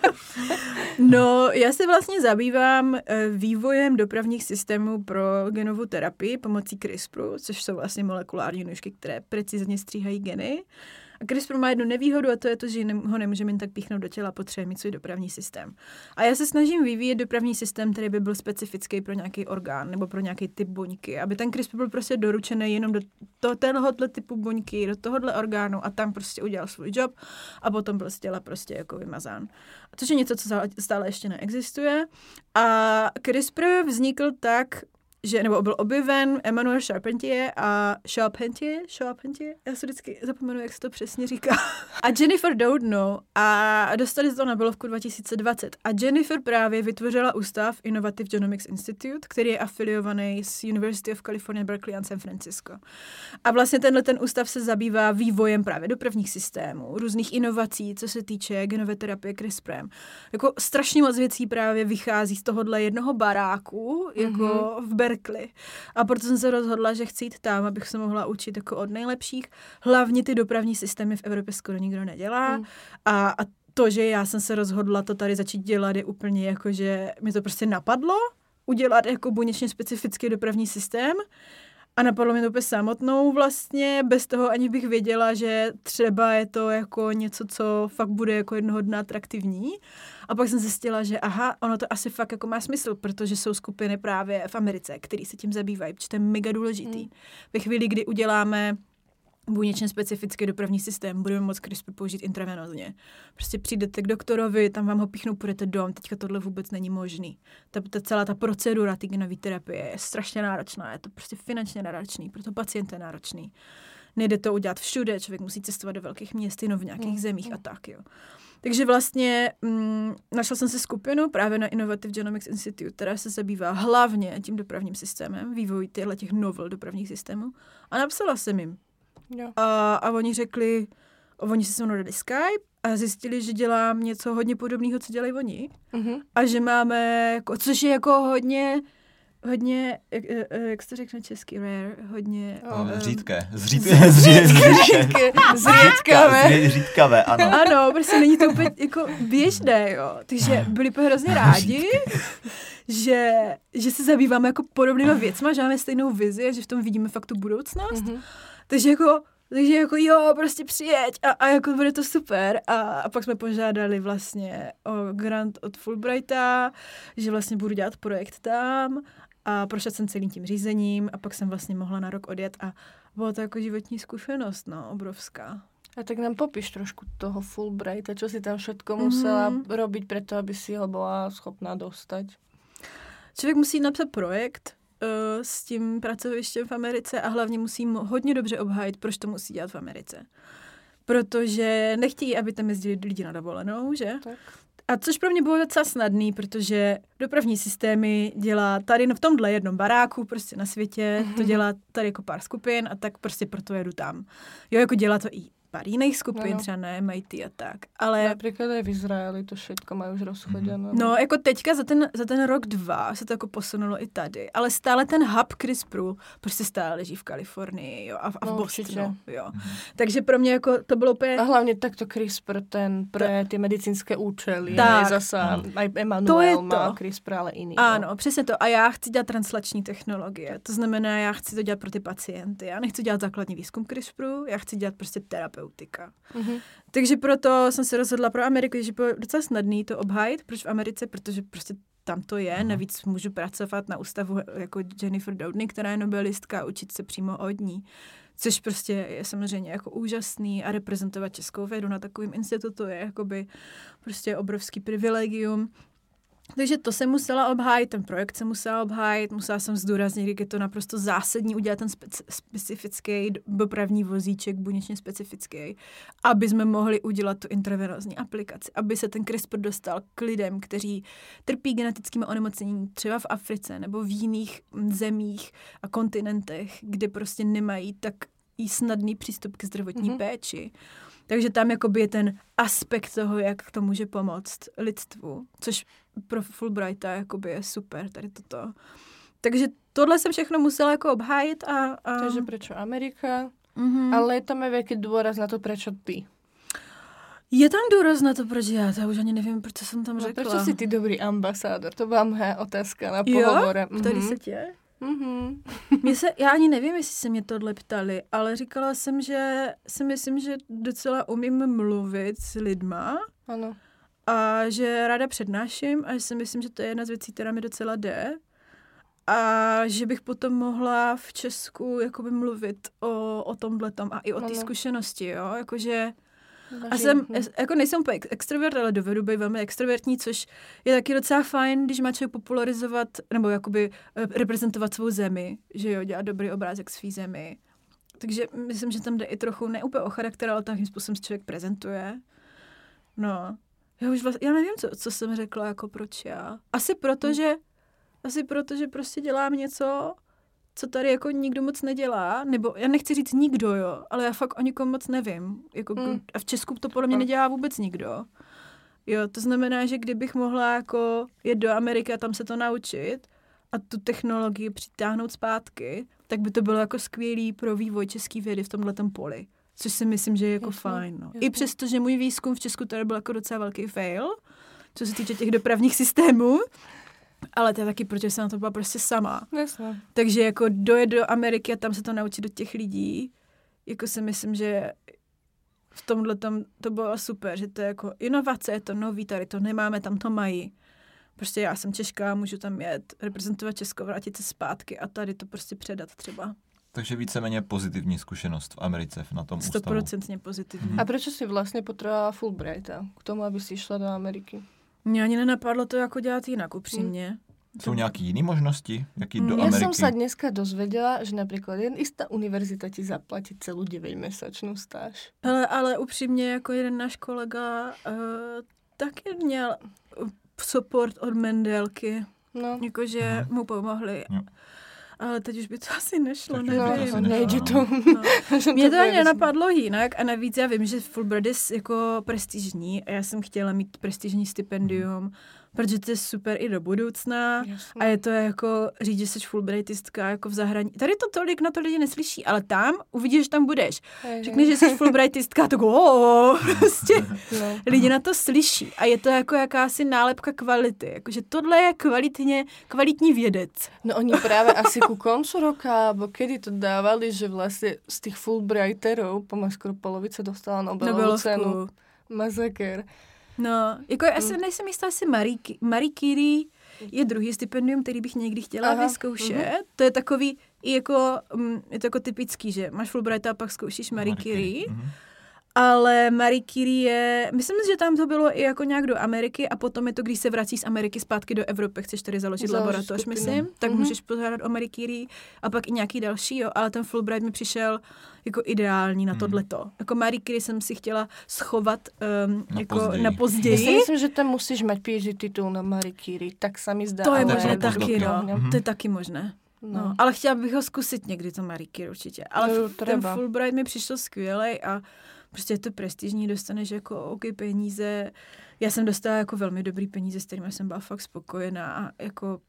No, já se vlastně zabývám eh, vývojem dopravních systémů pro genovou terapii pomocí CRISPRu, což jsou vlastně molekulární nůžky, které precizně stříhají geny. A CRISPR má jednu nevýhodu a to je to, že ho nemůžeme jen tak píchnout do těla, potřebuje mít svůj dopravní systém. A já se snažím vyvíjet dopravní systém, který by byl specifický pro nějaký orgán nebo pro nějaký typ buňky, aby ten CRISPR byl prostě doručený jenom do to, tohohle typu buňky, do tohohle orgánu a tam prostě udělal svůj job a potom byl z těla prostě jako vymazán. Což je něco, co stále ještě neexistuje. A CRISPR vznikl tak, že, nebo byl objeven Emmanuel Charpentier a Charpentier, Charpentier, já se vždycky zapomenu, jak se to přesně říká, a Jennifer Doudno a dostali to na Nobelovku dva tisíce dvacet. A Jennifer právě vytvořila ústav Innovative Genomics Institute, který je afiliovaný s University of California, Berkeley a San Francisco. A vlastně tenhle ten ústav se zabývá vývojem právě dopravních systémů, různých inovací, co se týče genové terapie CRISPRem. Jako strašně moc věcí právě vychází z tohohle jednoho baráku, jako mm-hmm. v Berkeley. A proto jsem se rozhodla, že chci jít tam, abych se mohla učit jako od nejlepších. Hlavně ty dopravní systémy v Evropě skoro nikdo nedělá. Mm. A, a to, že já jsem se rozhodla to tady začít dělat, je úplně jako, že mi to prostě napadlo udělat jako buněčně specifický dopravní systém a napadlo mi to úplně samotnou vlastně, bez toho ani bych věděla, že třeba je to jako něco, co fakt bude jako jednoho dne atraktivní. A pak jsem zjistila, že aha, ono to asi fakt jako má smysl, protože jsou skupiny právě v Americe, které se tím zabývají, protože to je mega důležitý. Mm. Ve chvíli, kdy uděláme buněčně specifický dopravní systém, budeme moct CRISPR použít intravenózně. Prostě přijdete k doktorovi, tam vám ho píchnou, půjdete dom, teďka tohle vůbec není možný. Ta, ta celá ta procedura té genové terapie je strašně náročná, je to prostě finančně náročný, proto pacient je náročný. Nejde to udělat všude, člověk musí cestovat do velkých měst, jenom v nějakých mm. zemích a tak, jo. Takže vlastně mm, našla jsem si skupinu právě na Innovative Genomics Institute, která se zabývá hlavně tím dopravním systémem, vývojí těchto těch novel dopravních systémů a napsala jsem jim. Jo. A, a oni řekli, oni si se mnou dali Skype a zjistili, že dělám něco hodně podobného, co dělají oni. Mm-hmm. A že máme, jako, což je jako hodně, hodně, jak, jak se to řekne česky, rare, hodně... No, um, řídké. Zřídké. Zřídké. Zřídkavé. Zřídkavé, ano. Ano, prostě není to úplně jako běžné, jo. Takže byli hrozně rádi, že, že se zabýváme jako podobnýma věcma, že máme stejnou vizi, že v tom vidíme fakt tu budoucnost. Mm-hmm. Takže jako, takže jako jo, prostě přijeď a, a jako bude to super. A, a pak jsme požádali vlastně o grant od Fulbrighta, že vlastně budu dělat projekt tam a prošla jsem celým tím řízením a pak jsem vlastně mohla na rok odjet a bylo to jako životní zkušenost, no, obrovská. A tak nám popíš trošku toho Fulbrighta, čo si tam všetko musela mm-hmm. robiť preto, aby si ho bola schopná dostať? Člověk musí napsat projekt uh, s tím pracovištěm v Americe a hlavně musí hodně dobře obhájit, proč to musí dělat v Americe. Protože nechtějí, aby tam jezdili lidi na dovolenou, že? Tak. A což pro mě bylo docela snadný, protože dopravní systémy dělá tady no v tomhle jednom baráku prostě na světě, to dělá tady jako pár skupin a tak prostě proto jedu tam. Jo, jako dělá to i pár jiných skupin, no. třeba na M I T a tak. Ale například i v Izraeli to všetko mají už rozchoděno. No. no, jako teďka za ten, za ten rok, dva se to jako posunulo i tady, ale stále ten hub CRISPRu prostě stále leží v Kalifornii, jo, a v, a v no, Bostonu, jo. Takže pro mě jako to bylo úplně... A hlavně takto CRISPR, ten pre ty medicínské účely, tak. je zasa, aj Emanuel má CRISPR, ale jiný. Ano, no. Přesně to. A já chci dělat translační technologie, to znamená, já chci to dělat pro ty pacienty, já nechci dělat základní výzkum CRISPRu, já chci dělat prostě terapeutika. Mm-hmm. Takže proto jsem se rozhodla pro Ameriku, že bylo docela snadný to obhájit. Proč v Americe? Protože prostě tam to je. Navíc můžu pracovat na ústavu jako Jennifer Doudney, která je nobelistka, učit se přímo od ní. Což prostě je samozřejmě jako úžasný a reprezentovat českou vědu na takovém institutu je jakoby prostě obrovský privilegium. Takže to jsem musela obhájit, ten projekt jsem musela obhájit, musela jsem zdůraznit, jak je to naprosto zásadní udělat ten speci- specifický dopravní vozíček, buněčně specifický, aby jsme mohli udělat tu intravenózní aplikaci, aby se ten CRISPR dostal k lidem, kteří trpí genetickými onemocněními třeba v Africe nebo v jiných zemích a kontinentech, kde prostě nemají tak i snadný přístup k zdravotní mm-hmm. péči. Takže tam jakoby je ten aspekt toho, jak to může pomoct lidstvu, což pro Fulbrighta jakoby je super, tady toto. Takže tohle jsem všechno musela jako obhájit a... a... Takže prečo Amerika, mm-hmm. ale je tam je veľký dôraz na to, prečo ty. Je tam důraz na to, proč já, to už ani nevím, proč jsem tam řekla. No, prečo si ty dobrý ambasádor? To byla moja otázka na pohovore. Jo? Tady mm-hmm. se tě? Mm-hmm. Mě se, já ani nevím, jestli se mě tohle ptali, ale říkala jsem, že si myslím, že docela umím mluvit s lidma. Ano. A že ráda přednáším a že si myslím, že to je jedna z věcí, která mi docela jde. A že bych potom mohla v Česku jakoby mluvit o, o tomhletom a i o té zkušenosti, jo, jakože... A jsem, jako nejsem úplně extrovert, ale dovedu být velmi extrovertní, což je taky docela fajn, když má člověk popularizovat, nebo jakoby reprezentovat svou zemi, že jo, dělat dobrý obrázek svý zemi. Takže myslím, že tam jde i trochu, ne úplně o charakter, ale takým způsobem se člověk prezentuje. No, já už vlastně, já nevím, co, co jsem řekla, jako proč já. Asi proto, že, asi proto, že prostě dělám něco, co tady jako nikdo moc nedělá, nebo já nechci říct nikdo, jo, ale já fakt o nikom moc nevím. Jako, mm. A v Česku to podle mě nedělá vůbec nikdo. Jo, to znamená, že kdybych mohla jako jet do Ameriky a tam se to naučit a tu technologii přitáhnout zpátky, tak by to bylo jako skvělý pro vývoj české vědy v tomhletom poli. což si myslím, že je jako Jasně, fajn. No. jasně. I přesto, že můj výzkum v Česku tady byl jako docela velký fail, co se týče těch dopravních systémů, ale to je taky, protože jsem na to byla prostě sama. Jasně. Takže jako dojet do Ameriky a tam se to naučit do těch lidí, jako si myslím, že v tomhle tom to bylo super, že to je jako inovace, je to nový, tady to nemáme, tam to mají. Prostě já jsem Češka, můžu tam jet, reprezentovat Česko, vrátit se zpátky a tady to prostě předat třeba. Takže víceméně pozitivní zkušenost v Americe na tom ústavu. Stoprocentně pozitivní. A proč si vlastně potřebovala Fulbrighta k tomu, aby si šla do Ameriky? Mě ani nenapadlo to jako dělat jinak, upřímně. Hmm. Jsou nějaké jiné možnosti, jak jít do Ja Ja Ameriky? som sa dneska dozvedela, že napríklad jen istá univerzita ti zaplatí celú deväťmesačnú stáž. Ale, ale upřímně, jako jeden náš kolega uh, taky měl support od Mendelky. No, Jakože Mhm. mu pomohli. Jo. Ale teď už by to asi nešlo, Teď už by to nevím. asi no nešlo, nejde no. to. No. Mě to ani nenapadlo jinak a navíc já vím, že Fulbright je jako prestižní a já jsem chtěla mít prestižní stipendium, protože to je super i do budoucna a je to jako říct, že jsi Fulbrightistka jako v zahraničí. Tady to tolik na to lidi neslyší, ale tam uvidíš, že tam budeš. Řekneš, že jsi Fulbrightistka, tak oh, prostě No. lidi na to slyší a je to jako jakási nálepka kvality, jakože tohle je kvalitně, kvalitní vědec. No oni práve asi ku koncu roka, alebo kedy to dávali, že vlastne z tých Fulbrighterov pomaly skoro polovice dostala Nobelovú cenu. Nobelovku. Masaker. No, jako já si nejsem jistá, jestli Marie, Marie Curie je druhý stipendium, který bych někdy chtěla Aha, vyzkoušet. mhm. To je takový, i jako, um, je to jako typický, že máš Fulbrighta a pak zkoušíš Marie Marie Curie. Curie, mhm. Ale Marie Curie je, myslím si, že tam to bylo i jako nějak do Ameriky a potom je to, když se vrací z Ameriky zpátky do Evropy, chceš tady založit Založit laboratoř, skupinu. myslím, tak Mhm. můžeš požádat o Marie Curie a pak i nějaký další, jo, ale ten Fulbright mi přišel jako ideální na Mhm. tohleto. Jako Marie Curie jsem si chtěla schovat um, Na jako později. na Ja si později. myslím, že tam musíš mať PhD titul na Marie Curie, tak sa mi zdá. To je ale- možné je taky, postdoc, no. jo. Mhm. To je taky možné. No. No. Ale chtěla bych ho zkusit někdy, to Marie Curie určitě. Ale No, f- ten treba. Fulbright mi přišel skvělej a prostě je to prestižní, dostaneš jako OK peníze. Já jsem dostala jako velmi dobrý peníze, s kterými jsem byla fakt spokojená a jako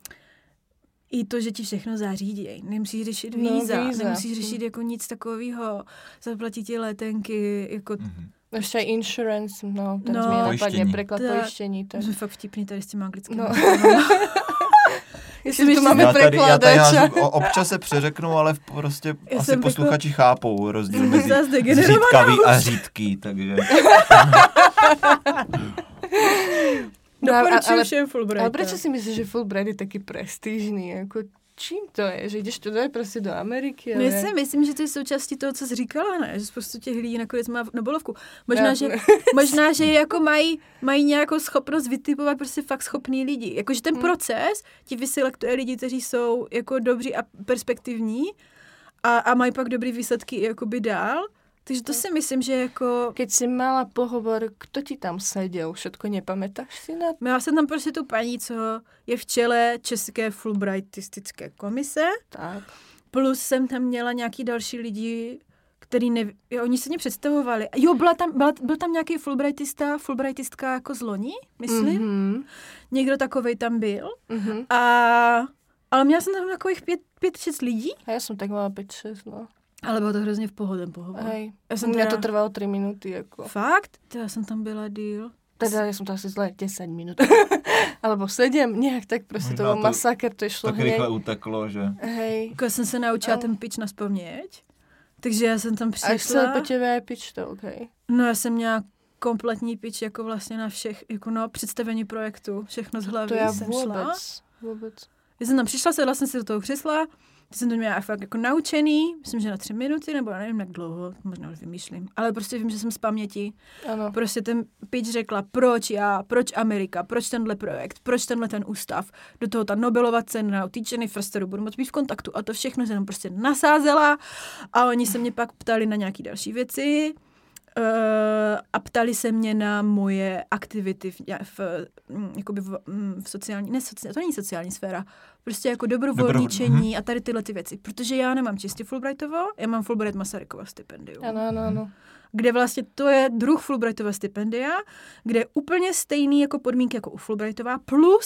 i to, že ti všechno zařídí. Nemusíš řešit No, víza, víza. nemusíš řešit jako nic takového, zaplatit ti letenky, jako Mhm. Ešte aj insurance, no, ten No. no, mi napadne, Pojištění. preklad Tak. pojištění. Tak. my jsme fakt vtipný tady s těma anglickými. No. No. Jestli tu máme Já tady, já tady prekladača. hážu, o- občas se přeřeknu, ale v- prostě Já asi jsem posluchači chápou rozdíl mezi Zas degenerovaná zřídkavý a řídký, takže... No, a- Doporučuji ale- všem Fulbrighta. Ale prečo si myslíš, že Fulbright je taký prestížný? Jako, čím to je? Že ideš študovať prostě do Ameriky? No, já si myslím, že to je součástí toho, co jsi říkala, ne? Že spoustu těch lidí nakonec má Nobelovku. Možná, Já- že, možná, že jako mají, mají nějakou schopnost vytipovat prostě fakt schopný lidi. Jakože ten Hmm. proces ti vyselektuje lidi, kteří jsou jako dobří a perspektivní a, a mají pak dobrý výsledky i jakoby dál. Takže to si myslím, že jako... Keď si mala pohovor, kto ti tam sedel? Všetko nepamätáš si na to? Já jsem tam prostě tu paní, co je v čele České Fulbrightistické komise. Tak. Plus jsem tam měla nějaký další lidi, který ne, jo, oni se mě představovali. Jo, byla tam, byla, byl tam nějaký Fulbrightista, Fulbrightistka jako z loni, myslím. Mm-hmm. Mhm. Někdo takovej tam byl. Mhm. A, ale měla jsem tam takových pět, pět, šest lidí, A ja som tak mala päť šesť, no. ale bylo to hrozně v pohodem pohovor. Hej. Já U jsem mňa teda, to trvalo tri minúty, ako. Fakt? Teda jsem tam byla díl. Teda ja som to asi zle desať minút. Alebo sedem, nejak tak proste to Možná bol to masaker, to išlo Tak rychle hneď. uteklo, že... Hej. Jako jsem se naučila No. ten pitch na vzpomněť. Takže já jsem tam A chcel přišla. po tebe aj pitch to, okej. No já jsem měla kompletní pitch jako vlastně na všech, jako na představení projektu, všechno z hlavy To ja jsem šla. vôbec, vôbec. Já jsem tam přišla, sedla jsem si do toho křesla, ty jsem to měla fakt jako naučený, myslím, že na tři minuty, nebo já nevím, jak dlouho, možná už vymýšlím, ale prostě vím, že jsem z paměti. Áno. Prostě ten pitch řekla, proč já, proč Amerika, proč tenhle projekt, proč tenhle ten ústav, do toho ta Nobelova cena, ty Jennifer Steru, budu moc být v kontaktu a to všechno jsem tam prostě nasázela a oni se mě pak ptali na nějaké další věci. Uh, a ptali se mě na moje aktivity v, v, mm, jakoby v, mm, v sociální, ne sociální, to není sociální sféra, prostě jako dobrovolničení a tady tyhle ty věci, protože já nemám čistě Fulbrightovo, já mám Fulbright Masarykovo stipendium, Áno, áno, áno. kde vlastně to je druh Fulbrightova stipendia, kde je úplně stejný jako podmínky jako u Fulbrightova, plus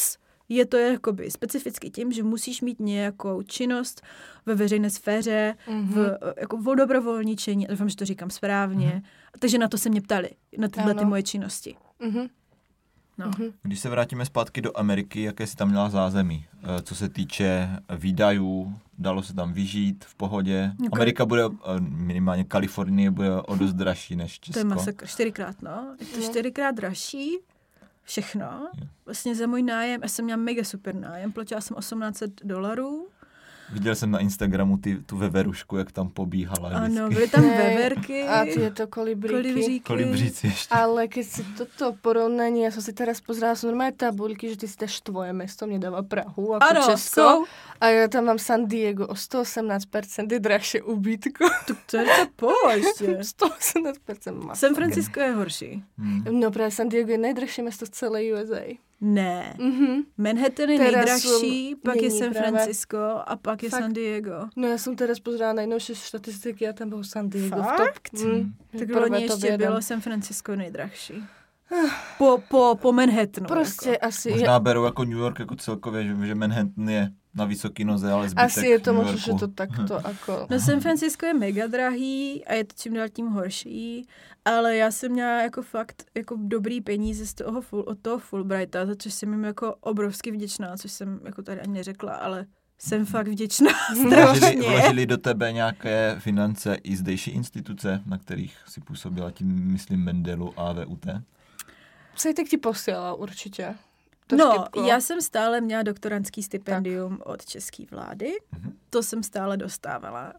Je to jakoby specificky tím, že musíš mít nějakou činnost ve veřejné sféře, mm-hmm. v jako v dobrovolničení, doufám, že to říkám správně, mm-hmm. takže na to se mě ptali, na tyhle ty moje činnosti. Mm-hmm. No. Když se vrátíme zpátky do Ameriky, jaké jsi tam měla zázemí? Co se týče výdajů, dalo se tam vyžít v pohodě? No, Amerika bude, minimálně Kalifornie, bude o dost dražší než Česko. To je masakr, čtyřikrát, no. Je to čtyřikrát dražší, všechno. Vlastně za můj nájem, já jsem měla mega super nájem, platila jsem osmnáct set dolarů. Viděl jsem na Instagramu ty, tu veverušku, jak tam pobíhala. Ano, vždycky. byly tam veverky. A tieto kolibríky. kolibříky. Kolibříci ještě. Ale keď si toto porovnání, ja som si teraz pozerala, sú normálne tabuľky, že ty si dáš tvoje mesto, mne dáva Prahu ako ano, Česko. jsou. A ja tam mám San Diego o sto osemnásť percent je drahšie ubytko. To je to pojď. sto osemnásť percent má. San Francisco je horší. Hmm. No právě San Diego je nejdražšie mesto z celé U S A. Ne. Mhm. Manhattan je Teraz nejdražší, som- pak je není San práve. Francisco a pak je Fakt. San Diego. No ja som teraz pozerala najnovšie štatistiky a tam bol San Diego v Fakt? topke. Mm. Tak Prvé loni to ještě viedem. bylo San Francisco nejdražší. Po, po, po Manhattanu. Prostě jako. asi... Možná berou jako New York jako celkově, že, že Manhattan je na vysoký noze, ale zbytek Asi je to New možno, že Yorku. to takto ako... No San Francisco je mega drahý a je to čím dál tím horší, ale já jsem měla jako fakt jako dobrý peníze z toho, full, od toho Fulbrighta, za což jsem jim jako obrovsky vděčná, což jsem jako tady ani neřekla, ale jsem fakt vděčná Vložili, strašně. vložili do tebe nějaké finance i zdejší instituce, na kterých si působila, tím myslím Mendelu a V U T? Sejtek ti posielal určitě. To No, štipko. já jsem stále měla doktorantský stipendium tak. od české vlády, Mhm. to jsem stále dostávala.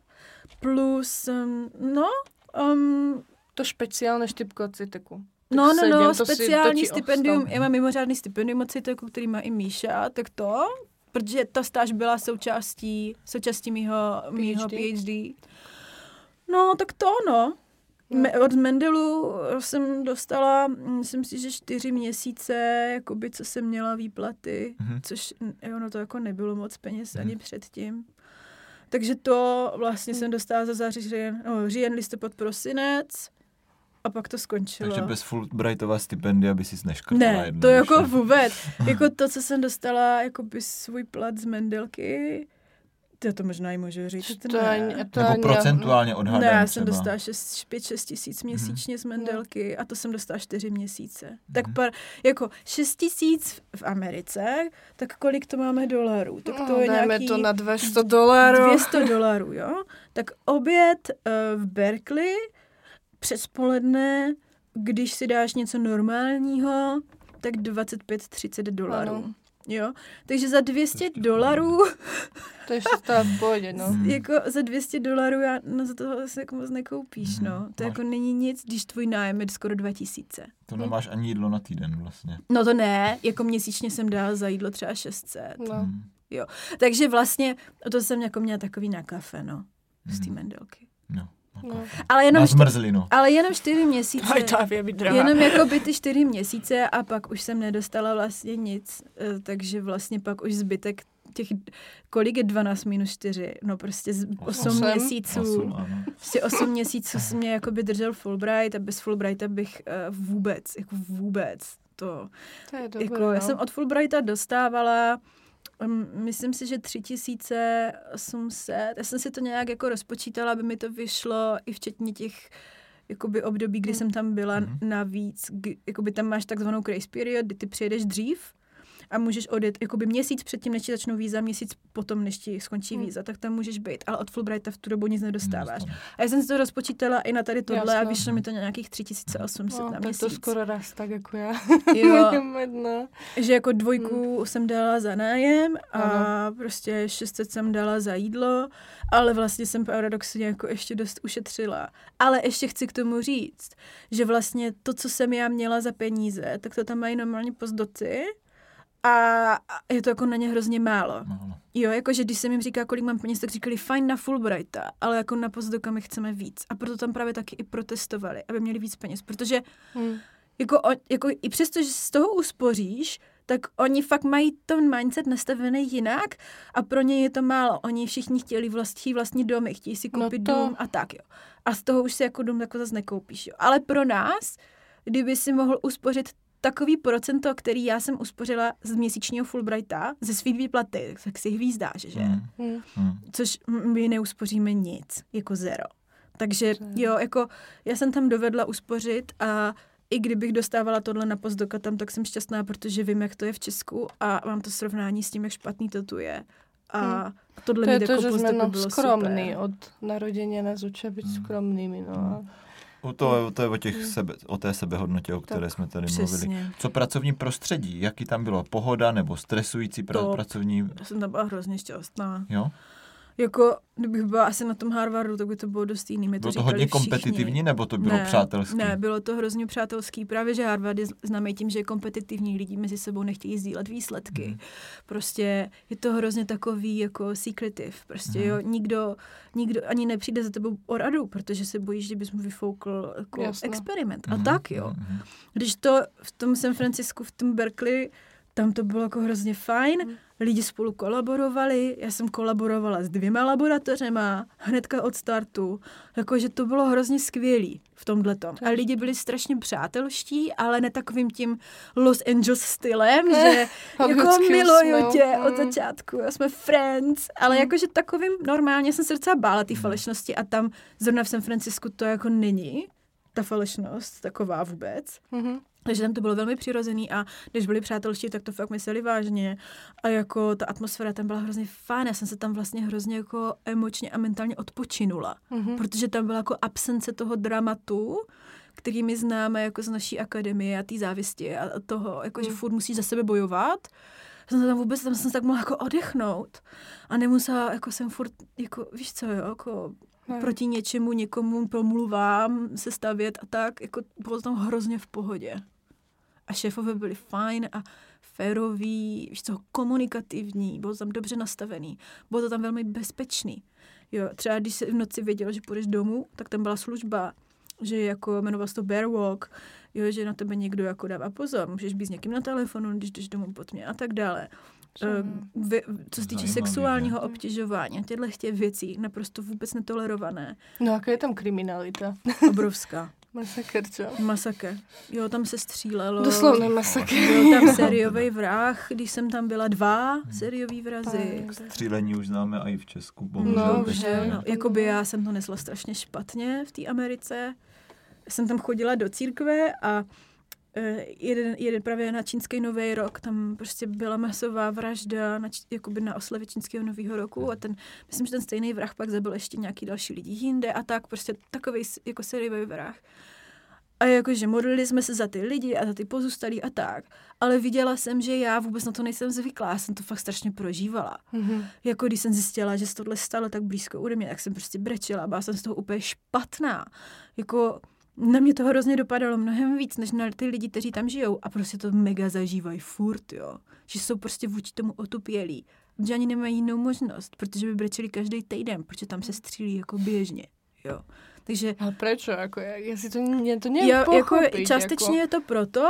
Plus, um, no, um, To špeciálne štipko od Sejteku. no, no, sedem, no, to si- speciální to ti stipendium, ostalo. já mám mimořádný stipendium od Citeku, který má i Míša, tak to, protože ta stáž byla součástí, součástí mýho, mýho PhD. PhD. No, tak to, no. Me, od Mendelu jsem dostala, myslím si, že čtyři měsíce, jakoby, co jsem měla výplaty, Mhm. což mm, ono to jako nebylo moc peněz ani předtím. Takže to vlastně jsem dostala za září, říjen, no, říjen, listopad, prosinec a pak to skončilo. Takže bez Fulbrightova stipendia by si neškrtala Ne, jedno. to jako vůbec. Jako to, co jsem dostala, jako by svůj plat z Mendelky, to, to možná i můžu říct. To ani, ne. to Nebo ani, procentuálně odhadem Ne, já třeba. jsem dostala pět šest tisíc měsíčně z Mendelky a to jsem dostala čtyři měsíce. Tak Mhm. par, jako šest tisíc v Americe, tak kolik to máme dolarů? Tak to no, je dajme nějaký to na dvě stě dolarů. dvě stě dolarů, jo? Tak oběd uh, v Berkeley přes poledne, když si dáš něco normálního, tak dvacet pět třicet dolarů. Ano. Jo? Takže za dvě stě dolarů, To ještě stále v pohodě, no. Hmm. jako za dvě stě dolarů já, no za toho se jako moc nekoupíš, no. To Máš- jako není nic, když tvůj nájem je skoro dva tisíce. To nemáš ani jídlo na týden vlastně. No to ne, jako měsíčně jsem dala za jídlo třeba šest set. no. Hmm. Takže vlastně, to jsem jako měla takový na kafe, no, z té Hmm. Mendelky. No. No. Ale jenom, Na čty, zmrzlinu. ale jenom čtyři měsíce. Aj tá vie byť drahá. Jenom jako by ty čtyři měsíce a pak už jsem nedostala vlastně nic, eh, takže vlastně pak už zbytek těch, kolik je dvanáct minus čtyři, no prostě z osm Osm? měsíců. Osm, ano. Prostě osm měsíců se mě jako by držel Fulbright a bez Fulbrighta bych uh, vůbec, jako vůbec to. To je dobré, Jako, no. já jsem od Fulbrighta dostávala, um, myslím si, že tři tisíce osm set. Já jsem si to nějak jako rozpočítala, aby mi to vyšlo i včetně těch jakoby období, kdy Mm. jsem tam byla Mhm. navíc. Kdy, jakoby tam máš takzvanou grace period, kdy ty přijedeš dřív a můžeš odjet jakoby měsíc předtím, než ti začnou víza, měsíc potom, než ti skončí Mm. víza, tak tam můžeš být, ale od Fulbrighta v tu dobu nic nedostáváš. Nedostanu. A já jsem si to rozpočítala i na tady tohle Jasno. a vyšlo mi to nějakých tři tisíce osm set No, na tak měsíc. to skoro raz tak jako já. Jo. no. Že jako dvojku hmm. jsem dala za nájem a Ano. prostě šest set jsem dala za jídlo, ale vlastně jsem paradoxně jako ještě dost ušetřila. Ale ještě chci k tomu říct, že vlastně to, co jsem já měla za peníze, tak to tam mají normálně postdoci a a je to jako na ně hrozně málo. Málo. Jo, jakože když jsem jim říkala, kolik mám peněz, tak říkali fajn na Fulbrighta, ale jako na postdoka my chceme víc. A proto tam právě taky i protestovali, aby měli víc peněz, protože Hmm. jako, o, jako i přesto, že z toho uspoříš, tak oni fakt mají ten mindset nastavený jinak a pro ně je to málo. Oni všichni chtěli vlastní vlastní domy, chtějí si No koupit to- dům a tak, jo. A z toho už si jako dům jako zase nekoupíš, jo. Ale pro nás, kdyby si mohl uspořit takový procento, který já jsem uspořila z měsíčního Fulbrighta, ze svých výplaty, tak si hvízdáš, že? Mm. Hmm. Což my neuspoříme nic, jako zero. Takže jo, jako já jsem tam dovedla uspořit a i kdybych dostávala tohle na postdoka tam, tak jsem šťastná, protože vím, jak to je v Česku a mám to srovnání s tím, jak špatný to tu je. A hmm. tohle to je mít to, jako že jsme postdoku bylo skromní super. od narodenia nás učia byť Hmm. skromnými, no. Hmm. To, to je o, těch sebe, o té sebehodnotě, o které tak, jsme tady přesně. mluvili. Co pracovní prostředí? Jaký tam bylo? Pohoda nebo stresující pra- pracovní? Já jsem tam byla hrozně šťastná. Jo? Jako, kdybych byla asi na tom Harvardu, tak by to bylo dost jiný. Mě to bylo to hodně všichni. kompetitivní, nebo to bylo ne, přátelský? Ne, bylo to hrozně přátelský. Právě, že Harvard je známý tím, že je kompetitivní, lidi mezi sebou nechtějí sdílet výsledky. Hmm. Prostě je to hrozně takový jako secretive. Prostě hmm. jo, nikdo, nikdo ani nepřijde za tebou o radu, protože se bojíš, že bys mu vyfoukl jako experiment. Hmm. A tak jo. Hmm. Když to v tom San Francisku, v tom Berkeley, tam to bylo jako hrozně fajn. Hmm. Lidi spolu kolaborovali, já jsem kolaborovala s dvěma laboratořema, hnedka od startu, jakože to bylo hrozně skvělý v tomhletom. A lidi byli strašně přátelští, ale ne takovým tím Los Angeles stylem, že jako miluju tě od začátku, jsme friends, ale mm. jakože takovým normálně jsem se docela bála té falešnosti a tam zrovna v San Francisku to jako není, ta falešnost taková vůbec. Mm-hmm. Takže tam to bylo velmi přirozený a když byli přátelští, tak to fakt mysleli vážně. A jako ta atmosféra tam byla hrozně fajn. Já jsem se tam vlastně hrozně jako emočně a mentálně odpočinula. Mm-hmm. Protože tam byla jako absence toho dramatu, který my známe jako z naší akademie a té závisti a toho, jako, mm. že furt musíš za sebe bojovat. Jsem tam vůbec, tam jsem se tak mohla jako odechnout. A nemusela, jako jsem furt, jako, víš co, jo, jako ne. proti něčemu, někomu promluvám, se stavět a tak, jako bylo tam hrozně v pohodě. A šéfové byli fajn a féroví, víš co, komunikativní, bylo tam dobře nastavený, bylo to tam velmi bezpečný. Jo, třeba když se v noci věděla, že půjdeš domů, tak tam byla služba, že jako jmenoval se to Bear Walk, jo, že na tebe někdo jako dává pozor, můžeš být s někým na telefonu, když jdeš domů pod mě a tak dále. Uh, vy, co se týče Zajímavý, sexuálního že? obtěžování a těchto těch věcí, naprosto vůbec netolerované. No, jaká je tam kriminalita? Obrovská. Masakr, čo? Masakr. Jo, tam se střílelo. Doslovně masakr. Byl tam sériový vrah, když jsem tam byla dva sériový vrazy. Střílení už známe i v Česku. Bohužel. No, že, no, jakoby já jsem to nesla strašně špatně v té Americe. Jsem tam chodila do církve a jeden, jeden právě na čínský nový rok, tam prostě byla masová vražda na, jakoby na oslavě čínského nového roku a ten, myslím, že ten stejný vrah pak zabil ještě nějaký další lidi jinde a tak, prostě takovej jako sériový vrah. A jakože modlili jsme se za ty lidi a za ty pozůstalí a tak, ale viděla jsem, že já vůbec na to nejsem zvyklá, já jsem to fakt strašně prožívala. Mm-hmm. Jako když jsem zjistila, že se tohle stalo tak blízko ode mě, tak jsem prostě brečela, byla jsem z toho úplně špatná. Jako na mě to hrozně dopadalo mnohem víc, než na ty lidi, kteří tam žijou a prostě to mega zažívají furt, jo. Že jsou prostě vůči tomu otupělí, že ani nemají jinou možnost, protože by brečeli každý týden, protože tam se střílí jako běžně, jo. Takže... Ale prečo? Jako, já si to, mě to nevím pochopit. Jako, částečně jako... je to proto,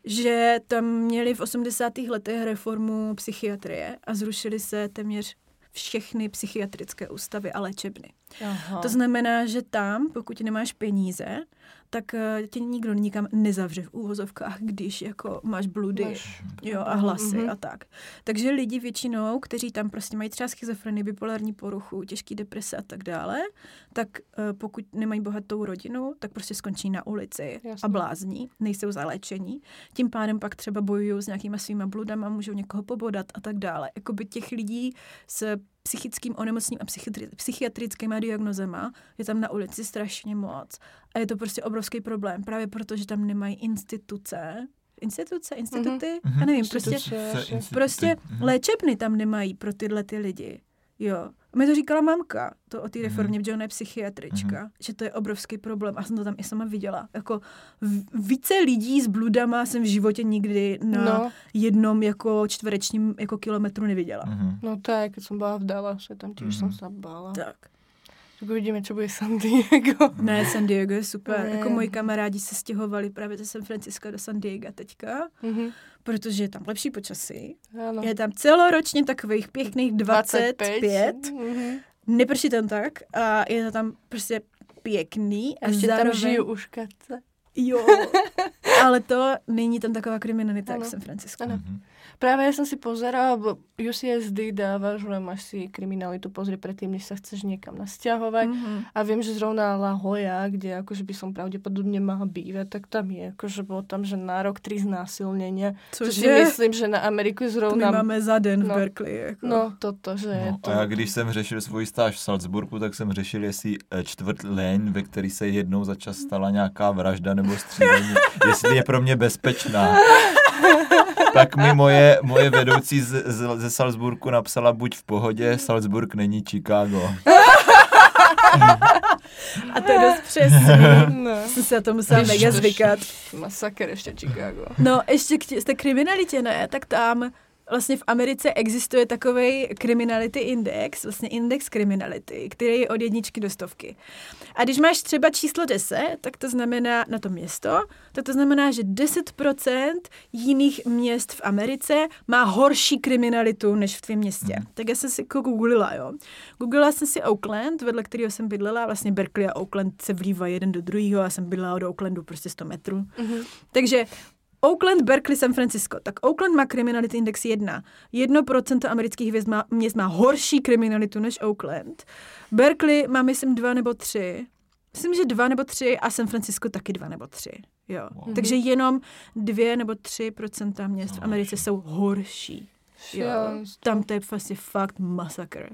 že tam měli v osmdesátých letech reformu psychiatrie a zrušily se téměř všechny psychiatrické ústavy a léčebny. Aha. To znamená, že tam, pokud nemáš peníze, tak tě nikdo nikam nezavře v úvozovkách, když jako máš bludy máš. Jo, a hlasy mm-hmm. a tak. Takže lidi většinou, kteří tam prostě mají třeba schizofrenii, bipolární poruchu, těžký deprese a tak dále, tak pokud nemají bohatou rodinu, tak prostě skončí na ulici Jasně. a blázní, nejsou zaléčení. Tím pádem pak třeba bojují s nějakýma svýma bludama, můžou někoho pobodat a tak dále. Jakoby těch lidí s psychickým onemocněním a psychiatri- psychiatrickýma diagnozema je tam na ulici strašně moc. A je to prostě obrovský problém, právě proto, že tam nemají instituce, instituce, instituty, mm-hmm. já nevím, prostě, prostě mm-hmm. léčebny tam nemají pro tyhle ty lidi. Jo. A mi to říkala mamka, to o té reformě, mm-hmm. že ona je psychiatrička, mm-hmm. že to je obrovský problém a jsem to tam i sama viděla. Jako více lidí s bludama jsem v životě nikdy na no. jednom jako čtverečním jako kilometru neviděla. Mm-hmm. No tak, když jsem byla v Dallase, tam tiež mm-hmm. jsem se bála. Tak. Tak uvidíme, co bude San Diego. Ne, San Diego je super. Ne. Jako moji kamarádi se stěhovali právě ze San Francisca do San Diega teďka, mm-hmm. protože je tam lepší počasí. Ano. Je tam celoročně takových pěkných dvacet pět. Mm-hmm. Neprší tam tak a je to tam prostě pěkný. A ještě zároveň... tam žiju uškace. Jo, ale to není tam taková kriminalita, ano. jak v San Francisco. Ano. Mm-hmm. Práve ja som si pozerala, bo U C S D dáva, že máš si kriminalitu pozrieť predtým, než sa chceš niekam nasťahovať. Mm-hmm. A viem, že zrovna La Jolla, kde akože by som pravdepodobne mala bývať, tak tam je, akože bolo tam, že na rok tri znásilnenia. Což si myslím, že na Ameriku zrovna... To my máme za den no, v Berkeley. Jako. No, toto, že no, je to... A já, když jsem řešil svůj stáž v Salzburgu, tak jsem řešil, jestli čtvrt Lane, ve který se jednou za čas stala nějaká vražda nebo střílení, jestli je pro mě bezpečná. Tak mi moje, moje vedoucí z, z, ze Salzburgu napsala, buď v pohodě, Salzburg není Chicago. A to je dost přesný. No. Jsem se na to musela mega zvykat. Masakr ještě Chicago. No, ještě k té kriminalitě, ne? Tak tam vlastně v Americe existuje takovej criminality index, vlastně index kriminality, který je od jedničky do stovky. A když máš třeba číslo deset, tak to znamená na to město, tak to znamená, že deset procent jiných měst v Americe má horší kriminalitu než v tvém městě. Mm. Tak já jsem si jako googlila, jo. Googlila jsem si Oakland, vedle kterého jsem bydlela, vlastně Berkeley a Oakland se vlívají jeden do druhého, já jsem bydlela do Oaklandu prostě sto metrů. Mm-hmm. Takže Oakland, Berkeley, San Francisco. Tak Oakland má kriminality index jedna. Jedno procento amerických měst má, měst má horší kriminalitu než Oakland. Berkeley má, myslím, dva nebo tři. Myslím, že dva nebo tři a San Francisco taky dva nebo tři. Jo. Wow. Takže jenom dvě nebo tři procenta měst v Americe jsou horší. Jo. Tam to je vlastně fakt masakr.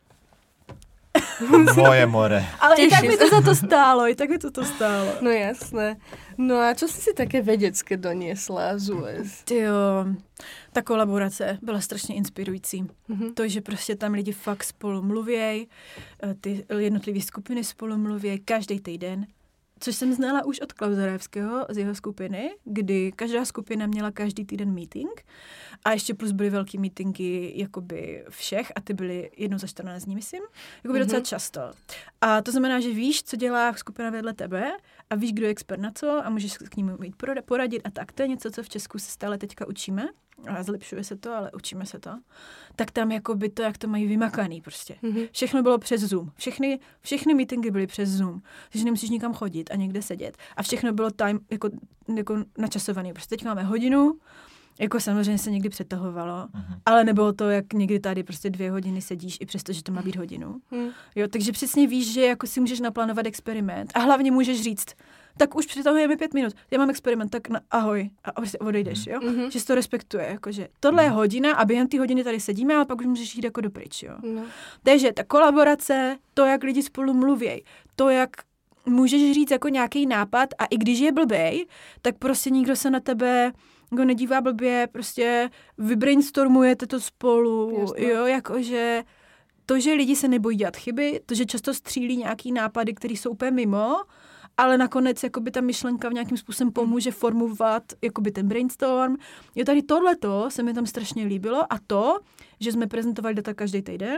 Moje more. Ale i tak by to za to stálo, i tak by to to stálo. No jasné. No a čo si si také vedecké doniesla z U S? Jo, ta kolaborace byla strašně inspirující. Mm-hmm. To, že prostě tam lidi fakt spolu mluvěj, ty jednotlivé skupiny spolu mluvěj každý týden. Což jsem znala už od Klauzarevského z jeho skupiny, kdy každá skupina měla každý týden meeting a ještě plus byly velký meetingy jakoby všech a ty byly jednou za čtrnáct dní, myslím, jakoby mm-hmm. docela často. A to znamená, že víš, co dělá skupina vedle tebe a víš, kdo je expert na co a můžeš k ním jít poradit a tak. To je něco, co v Česku se stále teďka učíme. A zlepšuje se to, ale učíme se to. Tak tam jakoby to, jak to mají vymakaný prostě. Mm-hmm. Všechno bylo přes Zoom. Všechny, všechny meetingy byly přes Zoom. Takže nemusíš nikam chodit a někde sedět. A všechno bylo time, jako, jako načasované. Prostě teď máme hodinu, jako samozřejmě se někdy přetahovalo, mm-hmm. ale nebylo to, jak někdy tady prostě dvě hodiny sedíš, i přesto, že to má být hodinu. Mm. Jo, takže přesně víš, že jako si můžeš naplánovat experiment. A hlavně můžeš říct, tak už přetahujeme pět minut, já mám experiment, tak na, ahoj, a odejdeš, jo? Mm-hmm. Že se to respektuje, jakože tohle je hodina a během té hodiny tady sedíme, ale pak už můžeš jít jako dopryč, jo? No. Takže ta kolaborace, to, jak lidi spolu mluvěj, to, jak můžeš říct jako nějaký nápad a i když je blbej, tak prostě nikdo se na tebe jako nedívá blbě, prostě vybrainstormujete to spolu, Jasně. jo, jakože to, že lidi se nebojí dělat chyby, to, že často střílí nějaký nápady, které jsou úplně mimo, ale nakonec jakoby ta myšlenka v nějakým způsobem pomůže formovat jakoby ten brainstorm. Jo, tady tohleto se mi tam strašně líbilo a to, že jsme prezentovali data každý týden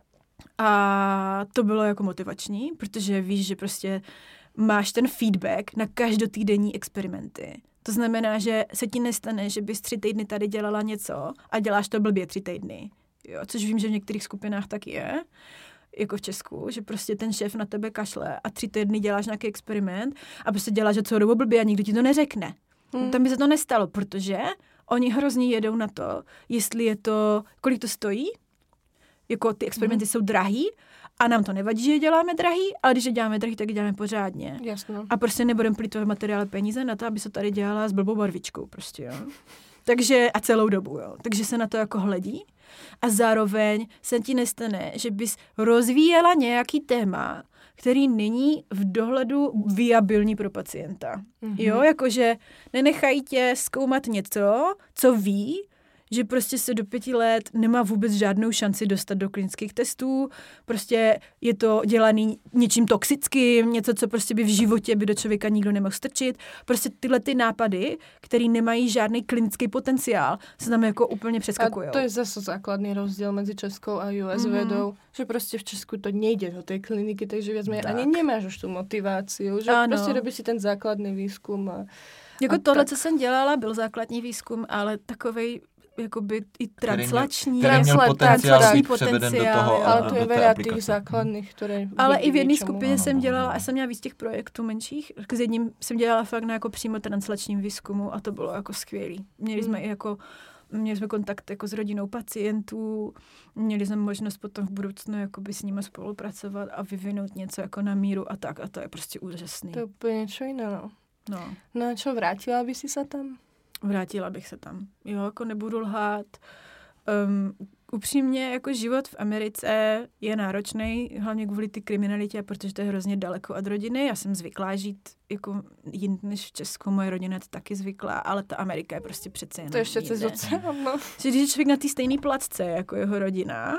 a to bylo jako motivační, protože víš, že prostě máš ten feedback na každotýdenní experimenty. To znamená, že se ti nestane, že bys tři týdny tady dělala něco a děláš to blbě tři týdny. Jo, což vím, že v některých skupinách tak je, jako v Česku, že prostě ten šéf na tebe kašle a tři týdny děláš nějaký experiment a prostě děláš, že co dobu blbě a nikdo ti to neřekne. Hmm. Tam by se to nestalo, protože oni hrozně jedou na to, jestli je to, kolik to stojí, jako ty experimenty hmm. jsou drahý a nám to nevadí, že je děláme drahý, ale když je děláme drahý, tak je děláme pořádně. Jasno. A prostě nebudeme plýtvat materiály peníze na to, aby se tady dělala s blbou barvičkou prostě, jo. Takže a celou dobu, jo. Takže se na to jako hledí a zároveň se ti nestane, že bys rozvíjela nějaký téma, který není v dohledu viabilní pro pacienta. Mm-hmm. Jo, jakože nenechají tě zkoumat něco, co ví, že prostě se do pěti let nemá vůbec žádnou šanci dostat do klinických testů, prostě je to dělaný něčím toxickým, něco, co prostě by v životě by do člověka nikdo nemohl strčit. Prostě tyhle ty nápady, které nemají žádný klinický potenciál, se tam jako úplně přeskakují. A to je zase základný rozdíl mezi českou a U S mm-hmm. vedou, že prostě v Česku to nejde do té kliniky, takže viac menej ani nemáš už tu motiváciu, že ano. Prostě robíš si ten základný výzkum. A, jako a tohle, tak. co jsem dělala, byl základní výzkum, ale takovej jakoby i translační. Který měl potenciál být převeden do toho. Ale to je veľa tých aplikace. základných, které... Ale i v jedné něčemu. skupině jsem Ano, dělala, ano. a jsem měla víc těch projektů menších, s jedním jsem dělala fakt na jako přímo translačním výzkumu a to bylo jako skvělý. Měli jsme i jako, měli jsme kontakt jako s rodinou pacientů, měli jsme možnost potom v budoucnu jakoby s nimi spolupracovat a vyvinout něco jako na míru a tak a to je prostě úžasný. To je úplně něco jiné, no. No. No a čo, vrátila by si sa tam? Vrátila bych se tam. Jo, jako nebudu lhát. Um, upřímně, jako život v Americe je náročný, hlavně kvůli ty kriminalitě, protože to je hrozně daleko od rodiny. Já jsem zvyklá žít jako jind než v Česku, moje rodina je to taky zvyklá, ale ta Amerika je prostě přece jenom To ještě jinde. cez oceán, no. Že když je člověk na té stejné placce jako jeho rodina,